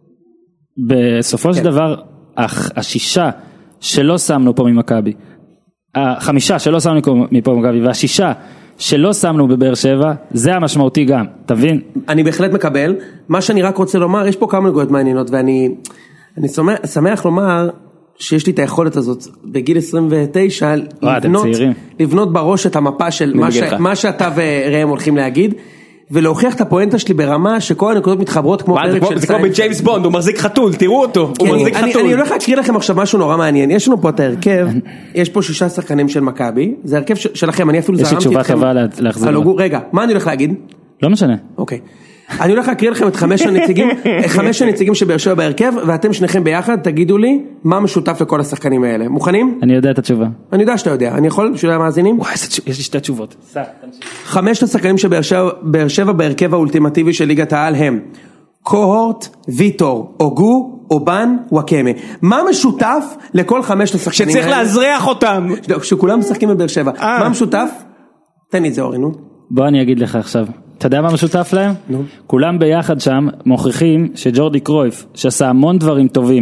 בסופו של דבר, השישה שלא שמנו פה ממכבי, החמישה שלא שמנו מפה ממכבי, והשישה שלא שמנו בבאר שבע, זה המשמעותי גם, תבין? אני בהחלט מקבל, מה שאני רק רוצה לומר, יש פה כמה נקודות מעניינות, ואני... אני שמח, שמח לומר שיש לי את היכולת הזאת בגיל עשרים ותשע לבנות, לבנות בראש את המפה של מה, ש, מה שאתה וראם הולכים להגיד ולהוכיח את הפואנטה שלי ברמה שכל הנקודות מתחברות כמו פרק של זה כמו בג'יימס בונד, הוא מחזיק חתול, תראו אותו, הוא מחזיק אני, חתול. אני הולך להקריא לכם עכשיו משהו נורא מעניין, יש לנו פה את ההרכב, יש פה שישה שחקנים של מכבי, זה הרכב שלכם, אני אפילו זרמתי אתכם. יש לי תשובה טובה להחזיר. רגע, מה אני הולך להגיד? לא משנה. אוקיי. אני הולך להקריא לכם את חמש הנציגים, חמש הנציגים שבאר שבע בהרכב, ואתם שניכם ביחד תגידו לי מה משותף לכל השחקנים האלה. מוכנים? אני יודע את התשובה. אני יודע שאתה יודע. אני יכול בשביל המאזינים? וואי, יש לי שתי תשובות. חמשת השחקנים שבאר שבע בהרכב האולטימטיבי של ליגת העל הם קוהורט, ויטור, אוגו, אובן, וואקמה. מה משותף לכל חמשת השחקנים האלה? שצריך להזריח אותם. שכולם משחקים בבאר שבע. מה משותף? תן לי את זה אורי, נו. בוא אני אגיד לך עכשיו. אתה יודע מה משותף להם? נו. כולם ביחד שם מוכיחים שג'ורדי קרויף, שעשה המון דברים טובים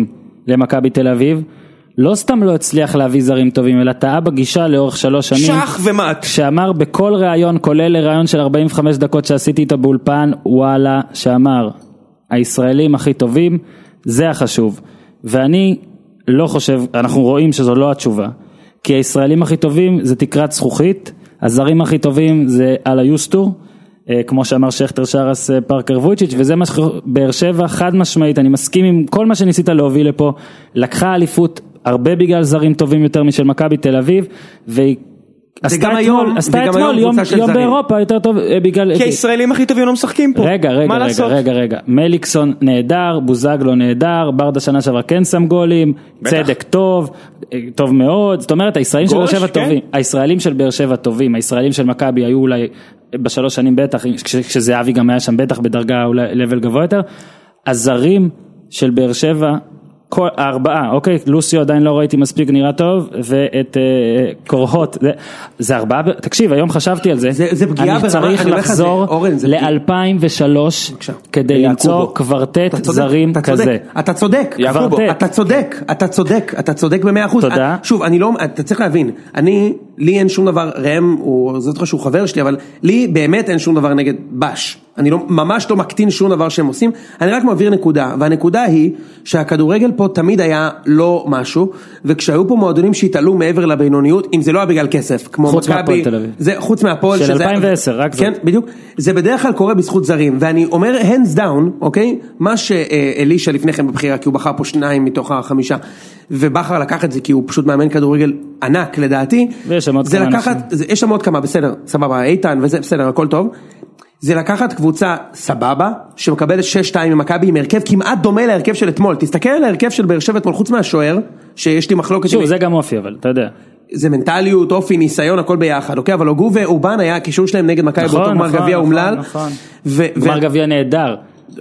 למכבי תל אביב, לא סתם לא הצליח להביא זרים טובים, אלא טעה בגישה לאורך שלוש שנים. שח ומט. שאמר בכל ראיון, כולל לראיון של ארבעים וחמש דקות שעשיתי איתו באולפן, וואלה, שאמר, הישראלים הכי טובים, זה החשוב. ואני לא חושב, אנחנו רואים שזו לא התשובה, כי הישראלים הכי טובים זה תקרת זכוכית, הזרים הכי טובים זה על היוסטור, כמו שאמר שכטר שרס פארקר וויצ'יץ', וזה מה שבאר שבע חד משמעית, אני מסכים עם כל מה שניסית להוביל לפה, לקחה אליפות הרבה בגלל זרים טובים יותר משל מכבי תל אביב, והיא עשתה אתמול, עשתה אתמול יום, יום באירופה יותר טוב בגלל... כי הישראלים הכי טובים לא משחקים פה. רגע, רגע, רגע, רגע, רגע, מליקסון נהדר, בוזגלו נהדר, ברדה שנה שעבר כן שם גולים, צדק טוב, טוב מאוד, זאת אומרת, הישראלים של באר שבע טובים, הישראלים של באר שבע טובים, הישראלים של מכבי היו אולי בשלוש שנים בטח, כשזהבי גם היה שם בטח בדרגה אולי לבל גבוה יותר, הזרים של באר שבע, כל ארבעה, אוקיי, לוסיו עדיין לא ראיתי מספיק נראה טוב, ואת אה, קורהות, זה, זה ארבעה, תקשיב, היום חשבתי על זה, זה, זה פגיעה אני צריך ברמה, לחזור ל-אלפיים ושלוש, כדי למצוא קוורטט זרים כזה. אתה צודק, אתה צודק, אתה צודק, אתה צודק במאה אחוז. תודה. שוב, אני לא, אתה צריך להבין, אני, לי אין שום דבר, ראם, זה אותך שהוא חבר שלי, אבל לי באמת אין שום דבר נגד בש. אני לא, ממש לא מקטין שום דבר שהם עושים, אני רק מעביר נקודה, והנקודה היא שהכדורגל פה תמיד היה לא משהו, וכשהיו פה מועדונים שהתעלו מעבר לבינוניות, אם זה לא היה בגלל כסף, כמו חוץ מהפועל תל אביב. זה חוץ מהפועל של אלפיים ועשר, רק כן, זאת. בדיוק. זה בדרך כלל קורה בזכות זרים, ואני אומר hands down, אוקיי? מה שאלישה לפני כן בבחירה, כי הוא בחר פה שניים מתוך החמישה, ובחר לקח את זה כי הוא פשוט מאמן כדורגל ענק לדעתי. ויש שם עוד זה כמה לקחת, זה, יש שם עוד כמה, בסדר, סבבה, איתן וזה, בסדר, הכל טוב. זה לקחת קבוצה סבבה, שמקבלת שש שתיים ממכבי עם הרכב כמעט דומה להרכב של אתמול. תסתכל על ההרכב של באר שבע אתמול, חוץ מהשוער, שיש לי מחלוקת. שוב, זה גם אופי, אבל אתה יודע. זה מנטליות, אופי, ניסיון, הכל ביחד, אוקיי? אבל אוגו ואובן היה הקישור שלהם נגד מכבי באותו גמר גביע אומלל. נכון, נכון. גמר גביע נהדר.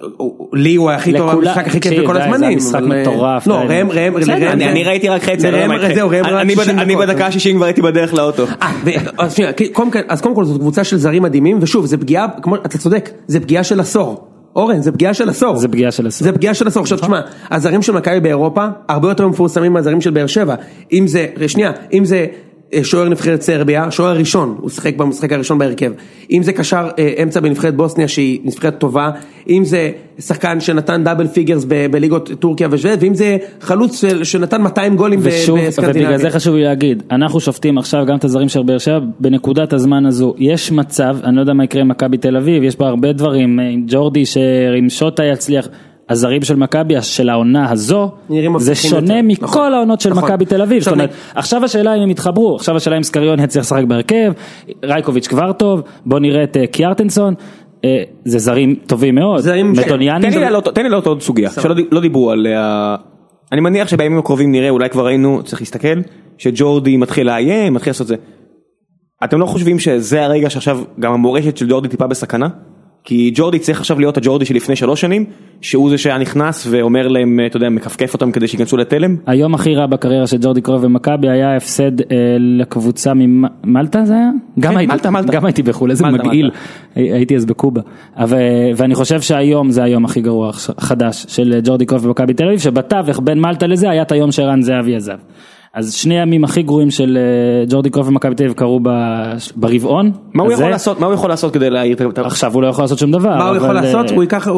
לי הוא הכי טוב במשחק הכי כיף בכל הזמנים. זה משחק מטורף. לא, ראם, ראם, אני ראיתי רק חצי, אני בדקה ה-שישים כבר הייתי בדרך לאוטו. אז קודם כל זאת קבוצה של זרים מדהימים, ושוב, זה פגיעה, אתה צודק, זה פגיעה של עשור. אורן, זה פגיעה של עשור. זה פגיעה של עשור. זה פגיעה של עשור. עכשיו תשמע, הזרים של מכבי באירופה הרבה יותר מפורסמים מהזרים של באר שבע. אם זה, שנייה, אם זה שוער נבחרת סרביה, שוער ראשון, הוא שחק במשחק הראשון בהרכב. אם זה קשר אמצע בנבחרת בוסניה שהיא נבחרת טובה, אם זה שחקן שנתן דאבל פיגרס בליגות טורקיה ושוויץ, ואם זה חלוץ שנתן מאתיים גולים בסקנדינביה. ובגלל זה חשוב לי להגיד, אנחנו שופטים עכשיו גם את הזרים של באר שבע, בנקודת הזמן הזו, יש מצב, אני לא יודע מה יקרה עם מכבי תל אביב, יש בה הרבה דברים, עם ג'ורדי שעם שוטה יצליח, הזרים של מכבי של העונה הזו, זה שונה מכל העונות של מכבי תל אביב. זאת אומרת, עכשיו השאלה אם הם יתחברו, עכשיו השאלה אם סקריון יצליח לשחק בהרכב, רייקוביץ' כבר טוב, בוא נראה את קיארטנסון, זה זרים טובים מאוד, מטוניאנים. תן לי לעוד עוד סוגיה, שלא דיברו על, אני מניח שבימים הקרובים נראה, אולי כבר ראינו, צריך להסתכל, שג'ורדי מתחיל לאיים, מתחיל לעשות זה. אתם לא חושבים שזה הרגע שעכשיו גם המורשת של ג'ורדי טיפה בסכנה? כי ג'ורדי צריך עכשיו להיות הג'ורדי שלפני שלוש שנים, שהוא זה שהיה נכנס ואומר להם, אתה יודע, מקפקף אותם כדי שיכנסו לתלם. היום הכי רע בקריירה של ג'ורדי קרוב ומכבי היה הפסד אה, לקבוצה ממלטה זה היה? גם, כן, הייתי, מלטה, מלטה. גם הייתי בחול, איזה מלטה, מגעיל, מלטה. הייתי אז בקובה. ו, ואני חושב שהיום זה היום הכי גרוע חדש של ג'ורדי קרוב ומכבי תל אביב, שבתווך בין מלטה לזה היה את היום שרן זהבי עזב. אז שני הימים הכי גרועים של ג'ורדי קרוב ומכבי תל אביב קרו ברבעון. מה הוא יכול לעשות? מה הוא יכול לעשות כדי להעיר את... עכשיו הוא לא יכול לעשות שום דבר. מה הוא יכול לעשות? הוא ייקח...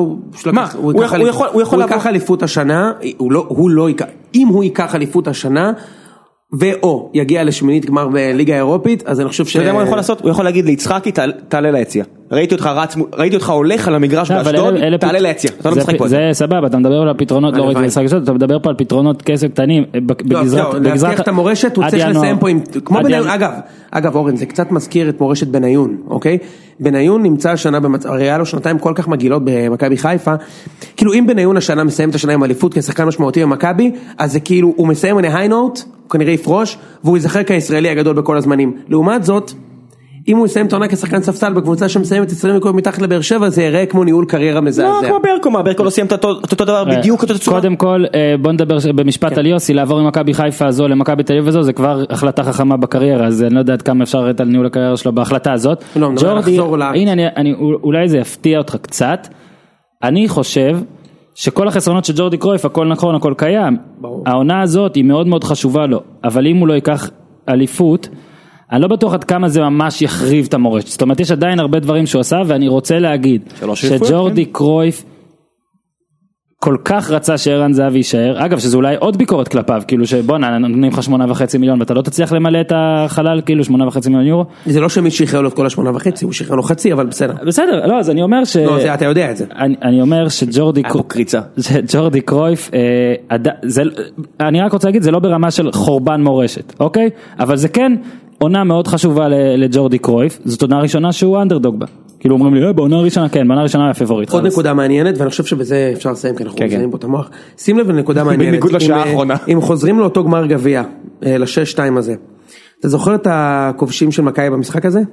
הוא ייקח אליפות השנה, הוא לא ייקח... אם הוא ייקח אליפות השנה, ואו יגיע לשמינית גמר בליגה האירופית, אז אני חושב ש... אתה יודע מה הוא יכול לעשות? הוא יכול להגיד ליצחקי, תעלה ליציע. ראיתי אותך רץ, ראיתי אותך הולך על המגרש באשדוד, תעלה ליציע. אתה לא משחק פה. זה סבבה, אתה מדבר על פתרונות, לא ראיתי לשחק באשדוד, אתה מדבר פה על פתרונות כסף קטנים, בגזרת... להבטיח את המורשת, הוא צריך לסיים פה עם... כמו בניון, אגב, אגב אורן, זה קצת מזכיר את מורשת בניון, אוקיי? בניון נמצא השנה במצב, הרי היה לו שנתיים כל כך מגילות במכבי חיפה, כאילו אם בניון השנה מסיים את השנה עם אליפות כשחקן משמעותי במכבי, אז זה כאילו הוא מסיים עם היי נוט, הוא כנראה יפרוש, והוא יזכר כישראלי הגדול בכל הזמנים. לעומת זאת, אם הוא יסיים את העונה כשחקן ספסל בקבוצה שמסיימת עשרים נקודות מתחת לבאר שבע, זה יראה כמו ניהול קריירה מזעזע. לא, כמו ברקו, מה, ברקו לא סיים את אותו דבר בדיוק אותו צורה. קודם כל, בוא נדבר במשפט על יוסי, לעבור עם מכבי חיפה הזו למכבי תל אביב הזו, זה כבר החלטה חכמה בקריירה, אז אני לא יודע עד כמה אפשר לראות על ניהול הקריירה שלו בהחלטה הזאת. ג'ורדי, הנה, אולי זה יפתיע אותך קצת, אני חושב שכל החסרונות של ג'ורדי קרויף, הכל נכון, הכל קיים. ברור. העונה הזאת היא מאוד מאוד חשובה לו, אבל אם הוא לא ייקח אליפות, אני לא בטוח עד כמה זה ממש יחריב את המורשת. זאת אומרת, יש עדיין הרבה דברים שהוא עשה, ואני רוצה להגיד, שג'ורדי קרויף, כל כך רצה שערן זהבי יישאר, אגב שזה אולי עוד ביקורת כלפיו, כאילו שבוא נותנים לך שמונה וחצי מיליון, ואתה לא תצליח למלא את החלל, כאילו שמונה וחצי מיליון יורו. זה לא שמי שחרר לו את כל השמונה וחצי, הוא שחרר לו חצי, אבל בסדר. בסדר, לא, אז אני אומר ש... לא, זה, אתה יודע את זה. אני, אני אומר שג'ורדי קריצה. ג'ורדי קרויף, אה, עד, זה, אני רק רוצה להגיד, זה לא ברמה של חורבן מורשת, אוקיי? אבל זה כן עונה מאוד חשובה לג'ורדי קרויף, זאת עונה ראשונה שהוא אנדרדוג בה. כאילו אומרים לי, בעונה הראשונה, כן, בעונה הראשונה היה פייבוריט. עוד נקודה מעניינת, ואני חושב שבזה אפשר לסיים, כי אנחנו מזיינים פה את המוח. שים לב לנקודה מעניינת. בניגוד לשעה האחרונה. אם חוזרים לאותו גמר גביע, לשש שתיים הזה, אתה זוכר את הכובשים של מכבי במשחק הזה?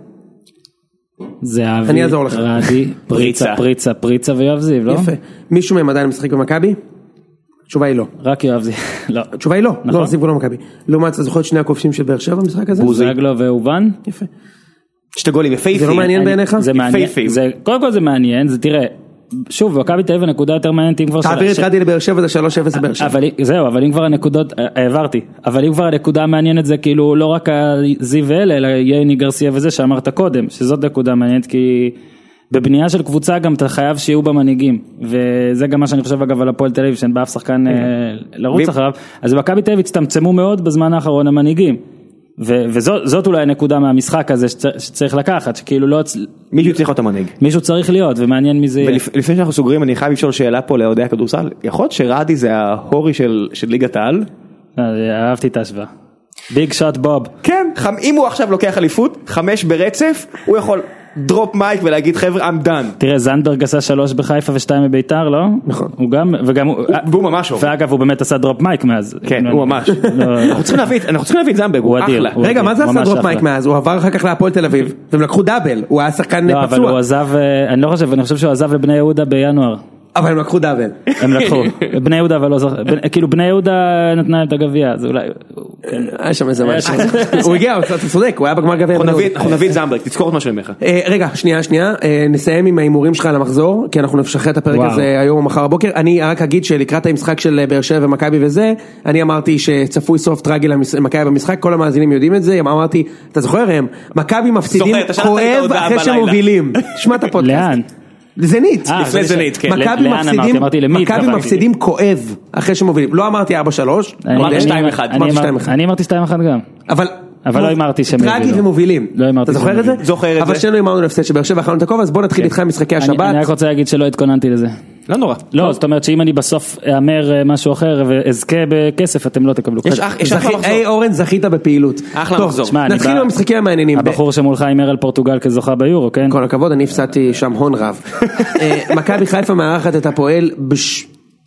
זהבי, רדי, פריצה, פריצה, פריצה ויואב זיו, לא? יפה. מישהו מהם עדיין משחק במכבי? התשובה היא לא. רק יואב זיו, לא. התשובה היא לא, לא, זיו ולא מכבי. לעומת, אתה זוכר את שני הכובשים של באר שבע במשחק הזה? בוזגלו ואובן? יפה. שתי גולים יפהפיים. זה לא מעניין בעיניך? זה מעניין, קודם כל זה מעניין, זה תראה, שוב, מכבי תל אביב הנקודה יותר מעניינת, אם כבר... תעביר את רדי לבאר שבע, זה שלוש אפס לבאר שבע. זהו, אבל אם כבר הנקודות, העברתי, אבל אם כבר הנקודה המעניינת זה כאילו לא רק זיו ואלה, אלא ייני גרסיה וזה שאמרת קודם, שזאת נקודה מעניינת, כי בבנייה של קבוצה גם אתה חייב שיהיו במנהיגים, וזה גם מה שאני חושב אגב על הפועל תל אביב, שאין באף שחקן לרוץ אחריו, אז מכבי תל אביב הצטמצמו מאוד בזמן האחרון המנהיגים. וזאת אולי הנקודה מהמשחק הזה שצריך לקחת, שכאילו לא... מישהו צריך להיות המנהיג. מישהו צריך להיות, ומעניין מי זה... ולפני שאנחנו סוגרים, אני חייב לשאול שאלה פה לאוהדי הכדורסל, יכול להיות שרדי זה ההורי של ליגת העל? אהבתי את ההשוואה. ביג שוט בוב. כן, אם הוא עכשיו לוקח אליפות, חמש ברצף, הוא יכול דרופ מייק ולהגיד חבר'ה, I'm done. תראה, זנדברג עשה שלוש בחיפה ושתיים בביתר, לא? נכון. הוא גם, וגם... והוא ממש אוהב. ואגב, הוא באמת עשה דרופ מייק מאז. כן, הוא ממש. אנחנו צריכים להביא, אנחנו צריכים להביא את זנדברג, הוא אחלה. רגע, מה זה עשה דרופ מייק מאז? הוא עבר אחר כך להפועל תל אביב, והם לקחו דאבל, הוא היה שחקן פצוע. לא, אבל הוא עזב, אני לא חושב, אני חושב שהוא עזב לבני יהודה בינואר. אבל הם לקחו דאבל. הם לקחו. בני יהודה, אבל לא זוכר. כאילו בני יהודה נתנה להם את הגביע, אז אולי... היה שם איזה משהו. הוא הגיע, אתה צודק, הוא היה בגמר גביע. אנחנו נביא את זנדברג, תזכור את מה שלמך. רגע, שנייה, שנייה, נסיים עם ההימורים שלך על המחזור, כי אנחנו נשחרר את הפרק הזה היום או מחר הבוקר. אני רק אגיד שלקראת המשחק של באר שבע ומכבי וזה, אני אמרתי שצפוי סוף טרגי למכבי במשחק, כל המאזינים יודעים את זה, אמרתי, אתה זוכר הם, מכבי מפסידים כואב אחרי שמובילים. שמע את הפודקאסט. לאן? זנית, לפני זנית, כן. מכבי מפסידים כואב אחרי שמובילים, לא אמרתי ארבע שלוש, אמרתי שתיים אחד, אני אמרתי שתיים אחד גם, אבל אבל לא אמרתי שהם טרגי ומובילים, אתה זוכר את זה? זוכר את זה, אבל שנינו אמרנו להפסד שבאר שבע אכלנו את הכובע, אז בוא נתחיל איתך עם משחקי השבת. אני רק רוצה להגיד שלא התכוננתי לזה. לא נורא. לא, זאת אומרת שאם אני בסוף אאמר משהו אחר ואזכה בכסף, אתם לא תקבלו. היי אורן, זכית בפעילות. אחלה מחזור. נתחיל עם המשחקים המעניינים. הבחור שמולך הימר על פורטוגל כזוכה ביורו, כן? כל הכבוד, אני הפסדתי שם הון רב. מכבי חיפה מארחת את הפועל בש...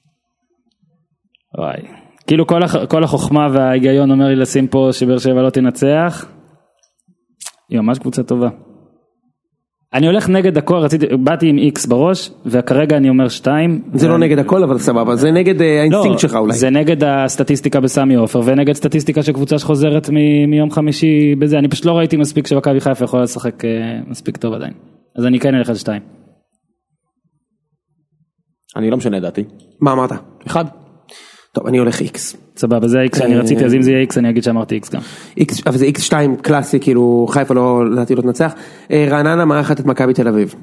וואי. כאילו כל החוכמה וההיגיון אומר לי לשים פה שבאר שבע לא תנצח. היא ממש קבוצה טובה. אני הולך נגד הכל, רציתי, באתי עם איקס בראש, וכרגע אני אומר שתיים. זה לא נגד הכל, אבל סבבה, זה נגד האינסטינקט שלך אולי. זה נגד הסטטיסטיקה בסמי עופר, ונגד סטטיסטיקה של קבוצה שחוזרת מיום חמישי בזה, אני פשוט לא ראיתי מספיק שמכבי חיפה יכולה לשחק מספיק טוב עדיין. אז אני כן אלך על שתיים. אני לא משנה דעתי. מה אמרת? אחד. טוב, אני הולך איקס. סבבה, זה איקס שאני רציתי, אז אם זה יהיה איקס, אני אגיד שאמרתי איקס גם. איקס, אבל זה איקס שתיים קלאסי, כאילו חיפה לא, לדעתי לא תנצח. רעננה מארחת את מכבי תל אביב.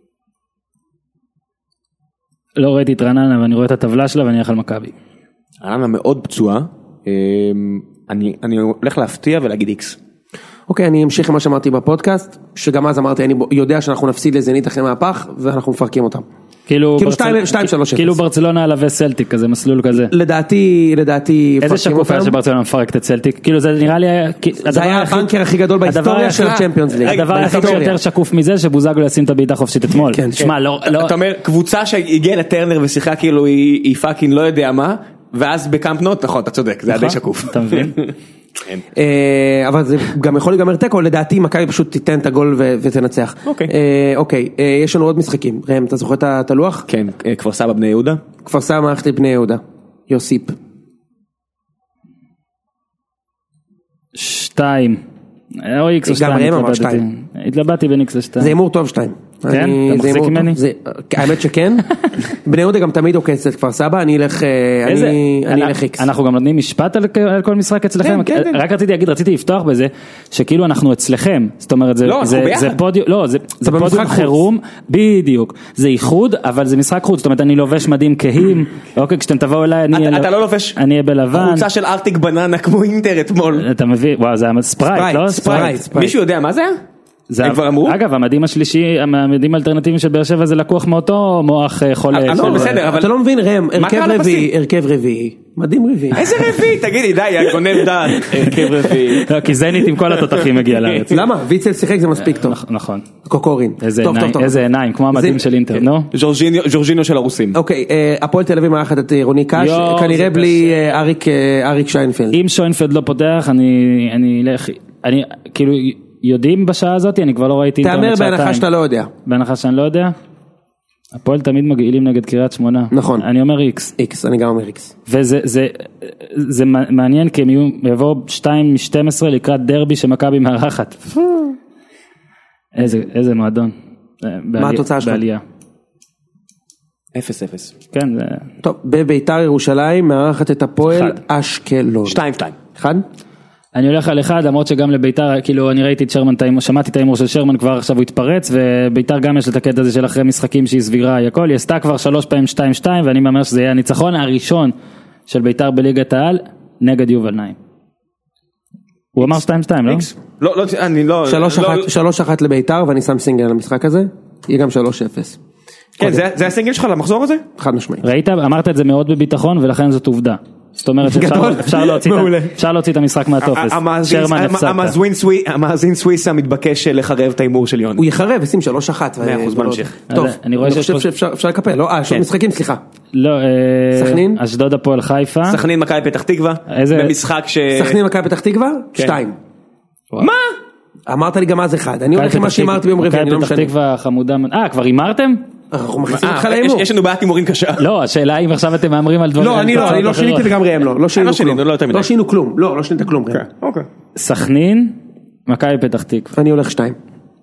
לא ראיתי את רעננה, אבל אני רואה את הטבלה שלה ואני אלך על מכבי. רעננה מאוד פצועה, אני, אני הולך להפתיע ולהגיד איקס. אוקיי, אני אמשיך עם מה שאמרתי בפודקאסט, שגם אז אמרתי, אני יודע שאנחנו נפסיד לזנית אחרי מהפך, ואנחנו מפרקים אותם. כאילו שתיים שלוש אפס. כאילו ברצלונה עלווה סלטיק, כזה מסלול כזה. לדעתי, לדעתי... איזה שקוף היה שברצלונה מפרקת את סלטיק? כאילו זה נראה לי... זה היה הבנקר הכי גדול בהיסטוריה של הצ'מפיונס ליג. הדבר היחיד שיותר שקוף מזה, שבוזגלו ישים את הבעיטה חופשית אתמול. שמע, לא... אתה אומר, קבוצה שהגיעה לטרנר ושיחה כאילו היא פאקינג לא יודע מה, ואז בקאמפ נוט, נכון, אתה צודק, זה היה די שקוף. אתה מבין? אבל זה גם יכול להיגמר תיקו, לדעתי מכבי פשוט תיתן את הגול ותנצח. אוקיי. אוקיי, יש לנו עוד משחקים. ראם, אתה זוכר את הלוח? כן, כפר סבא בני יהודה. כפר סבא מערכת בני יהודה. יוסיפ. שתיים. או איקס או שתיים. גם ראם אמר שתיים. התלבטתי בין איקס לשתיים. זה אימור טוב שתיים. כן? אתה מחזיק ממני? האמת שכן. בני יהודה גם תמיד עוקץ את כפר סבא, אני אלך איקס. אנחנו גם נותנים משפט על כל משחק אצלכם. רק רציתי להגיד, רציתי לפתוח בזה, שכאילו אנחנו אצלכם. זאת אומרת, זה פודיום, לא, זה פודיום חירום, בדיוק. זה איחוד, אבל זה משחק חוץ. זאת אומרת, אני לובש מדים כהים, אוקיי, כשאתם תבואו אליי, אתה לא לובש אני אהיה בלבן. חולצה של ארטיק בננה כמו אינטר אתמול. אתה מביא, וואו, זה היה ספרייט, לא? ספרייט. מישהו יודע מה זה היה? הם כבר אמרו? אגב, המדים השלישי, המדים האלטרנטיביים של באר שבע זה לקוח מאותו מוח חולה. לא, בסדר, אבל... אתה לא מבין, ראם, הרכב רביעי, הרכב רביעי, מדים רביעי. איזה רביעי? תגידי, די, גונב דעת, הרכב רביעי. לא, כי זנית עם כל התותחים מגיע לארץ. למה? ויצל שיחק זה מספיק טוב. נכון. קוקורין. איזה עיניים, כמו המדים של אינטר, נו? ז'ורג'יניו של הרוסים. אוקיי, הפועל תל אביב מארחת את רוני קאש, כנראה בלי אריק שיינפלד. אם שיינפלד לא פותח, אני אלך, אני כאילו יודעים בשעה הזאת, אני כבר לא ראיתי תאמר בהנחה שאתה לא יודע. בהנחה שאני לא יודע. הפועל תמיד מגעילים נגד קריית שמונה. נכון. אני אומר איקס. איקס, אני גם אומר איקס. וזה זה, זה מעניין, כי הם יבואו שתיים משתים עשרה לקראת דרבי שמכבי מארחת. איזה, איזה מועדון. מה התוצאה שלך? בעלייה. אפס אפס. כן, זה... טוב, בביתר ירושלים מארחת את הפועל אשקלון. שתיים שתיים. אחד? אני הולך על אחד, למרות שגם לביתר, כאילו אני ראיתי את שרמן, שמעתי את האימור של שרמן, כבר עכשיו הוא התפרץ, וביתר גם יש את הקטע הזה של אחרי משחקים שהיא סבירה, הכל, היא עשתה כבר שלוש פעמים שתיים שתיים, ואני מאמר שזה יהיה הניצחון הראשון של ביתר בליגת העל, נגד יובל נעים. הוא אמר שתיים שתיים, לא? לא, לא, אני לא... שלוש אחת לביתר, ואני שם סינגל למשחק הזה, יהיה גם שלוש אפס. כן, זה הסינגל שלך למחזור הזה? חד משמעית. ראית, אמרת את זה מאוד בביטחון, ולכן זאת עובדה. זאת אומרת שאפשר להוציא את המשחק מהטופס. המאזין סוויסה מתבקש לחרב את האימור של יוני. הוא יחרב, שים שלוש אחת. מאה אחוז, בוא נמשיך. טוב, אני חושב שאפשר לקפל. לא, אה, שוב משחקים, סליחה. לא, סכנין? אשדוד הפועל חיפה. סכנין מכבי פתח תקווה. במשחק ש... סכנין מכבי פתח תקווה? שתיים. מה? אמרת לי גם אז אחד. אני הולך עם מה שאימרתי ביום רביעי, אני לא משנה. מכבי פתח תקווה חמודה. אה, כבר אימרתם? אנחנו מכניסים אותך לאימור. יש לנו בעיית אימורים קשה. לא, השאלה אם עכשיו אתם מאמרים על דברים. לא, אני לא, אני לא שיניתי וגם ראם לא. לא שינינו כלום. לא שינינו כלום. לא, לא שינית כלום. אוקיי. סכנין, מכבי פתח תקווה. אני הולך שתיים.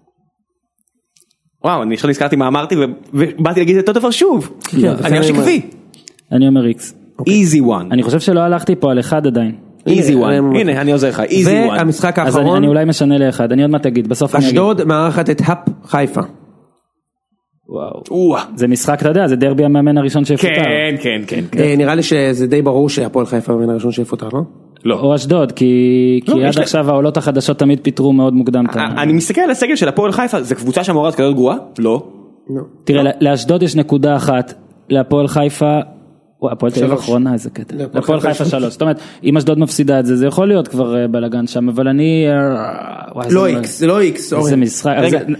וואו, אני עכשיו נזכרתי מה אמרתי ובאתי להגיד את אותו דבר שוב. אני ממש עקבי. אני אומר איקס. easy one. אני חושב שלא הלכתי פה על אחד עדיין. easy one. הנה, אני עוזר לך. easy one. והמשחק אז האחרון. אני אולי משנה לאחד. אני עוד מעט אגיד. בסוף אני אגיד. אשדוד מארחת את הפ חיפה. וואו. זה משחק, אתה יודע, זה דרבי המאמן הראשון שיפוטר. כן, כן, כן. נראה לי שזה די ברור שהפועל חיפה המאמן הראשון שיפוטר, לא? לא. או אשדוד, כי עד עכשיו העולות החדשות תמיד פיתרו מאוד מוקדם. אני מסתכל על הסגל של הפועל חיפה, זה קבוצה שאמורה להיות גרועה? לא. תראה, לאשדוד יש נקודה אחת, להפועל חיפה, הפועל תל אביב האחרונה, איזה קטע. הפועל חיפה שלוש. זאת אומרת, אם אשדוד מפסידה את זה, זה יכול להיות כבר בלגן שם, אבל אני... לא איקס, זה לא איקס. זה משחק...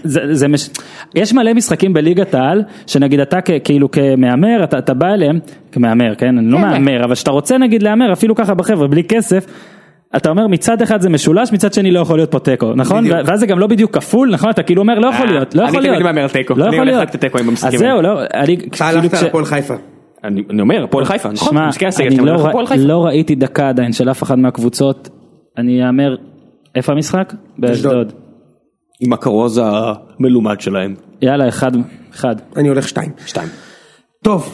יש מלא משחקים בליגת העל, שנגיד אתה כאילו כמאמר, אתה בא אליהם, כמאמר, כן? אני לא מאמר, אבל שאתה רוצה נגיד לאמר, אפילו ככה בחבר'ה, בלי כסף, אתה אומר מצד אחד זה משולש, מצד שני לא יכול להיות פה טקו, נכון? ואז זה גם לא בדיוק כפול, נכון? אתה כאילו אומר לא יכול להיות, לא יכול להיות. אני תמיד מאמר טקו, אני הולך רק את הטקו עם המשחקים. אז זהו, לא, אני... אתה הלכת על הפועל חיפה. אני אומר, הפועל חיפה, נכון? אני לא ראיתי דקה עדיין של אף אחד מהקבוצות, אני אאמר, איפה המשחק? באשדוד. עם הכרוז המלומד שלהם. יאללה, אחד, אחד. אני הולך שתיים. שתיים. טוב.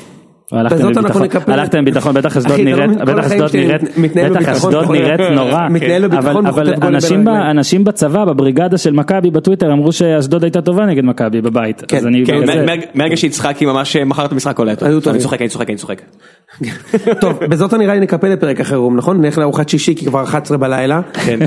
הלכתם ביטחון, בטח אשדוד נראית, בטח אשדוד נראית, בטח אשדוד נראית נורא, אבל אנשים בצבא, בבריגדה של מכבי בטוויטר, אמרו שאשדוד הייתה טובה נגד מכבי בבית. כן, מהרגע שהצחקי ממש מחר את המשחק עולה. אני צוחק, אני צוחק, אני צוחק. טוב, בזאת נראה לי נקפל את פרק החירום, נכון? נלך לארוחת שישי, כי כבר אחת עשרה בלילה.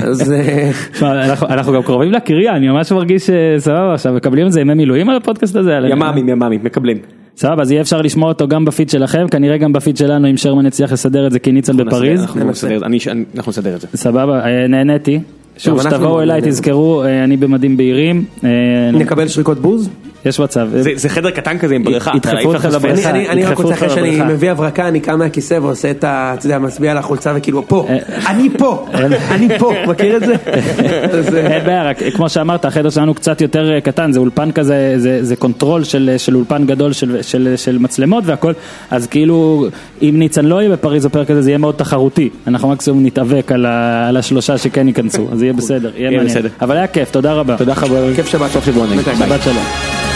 אנחנו גם קרובים לקריה, אני ממש מרגיש סבבה, עכשיו מקבלים את זה ימי מילואים על הפודקאסט הזה? יממים, יממים, מקבלים. סבבה, אז יהיה אפשר לשמוע אותו גם בפיד שלכם, כנראה גם בפיד שלנו, אם שרמן יצליח לסדר את זה כניצן בפריז. אנחנו נסדר את זה. סבבה, נהניתי. שוב, שתבואו אליי, תזכרו, אני במדים בהירים. נקבל שריקות בוז? יש מצב. זה חדר קטן כזה עם בריכה. ידחפו אותך לבריכה. אני רק רוצה אחרי שאני מביא הברקה, אני קם מהכיסא ועושה את ה... אתה יודע, מצביע על החולצה וכאילו, פה, אני פה, אני פה, מכיר את זה? אין בעיה, רק כמו שאמרת, החדר שלנו קצת יותר קטן, זה אולפן כזה, זה קונטרול של אולפן גדול של מצלמות והכל, אז כאילו, אם ניצן לא יהיה בפריז או פרק הזה, זה יהיה מאוד תחרותי. אנחנו מקסימום נתאבק על השלושה שכן ייכנסו, אז יהיה בסדר, יהיה מעניין. אבל היה כיף, תודה רבה. תודה רבה. כיף שבת. שבת שלום.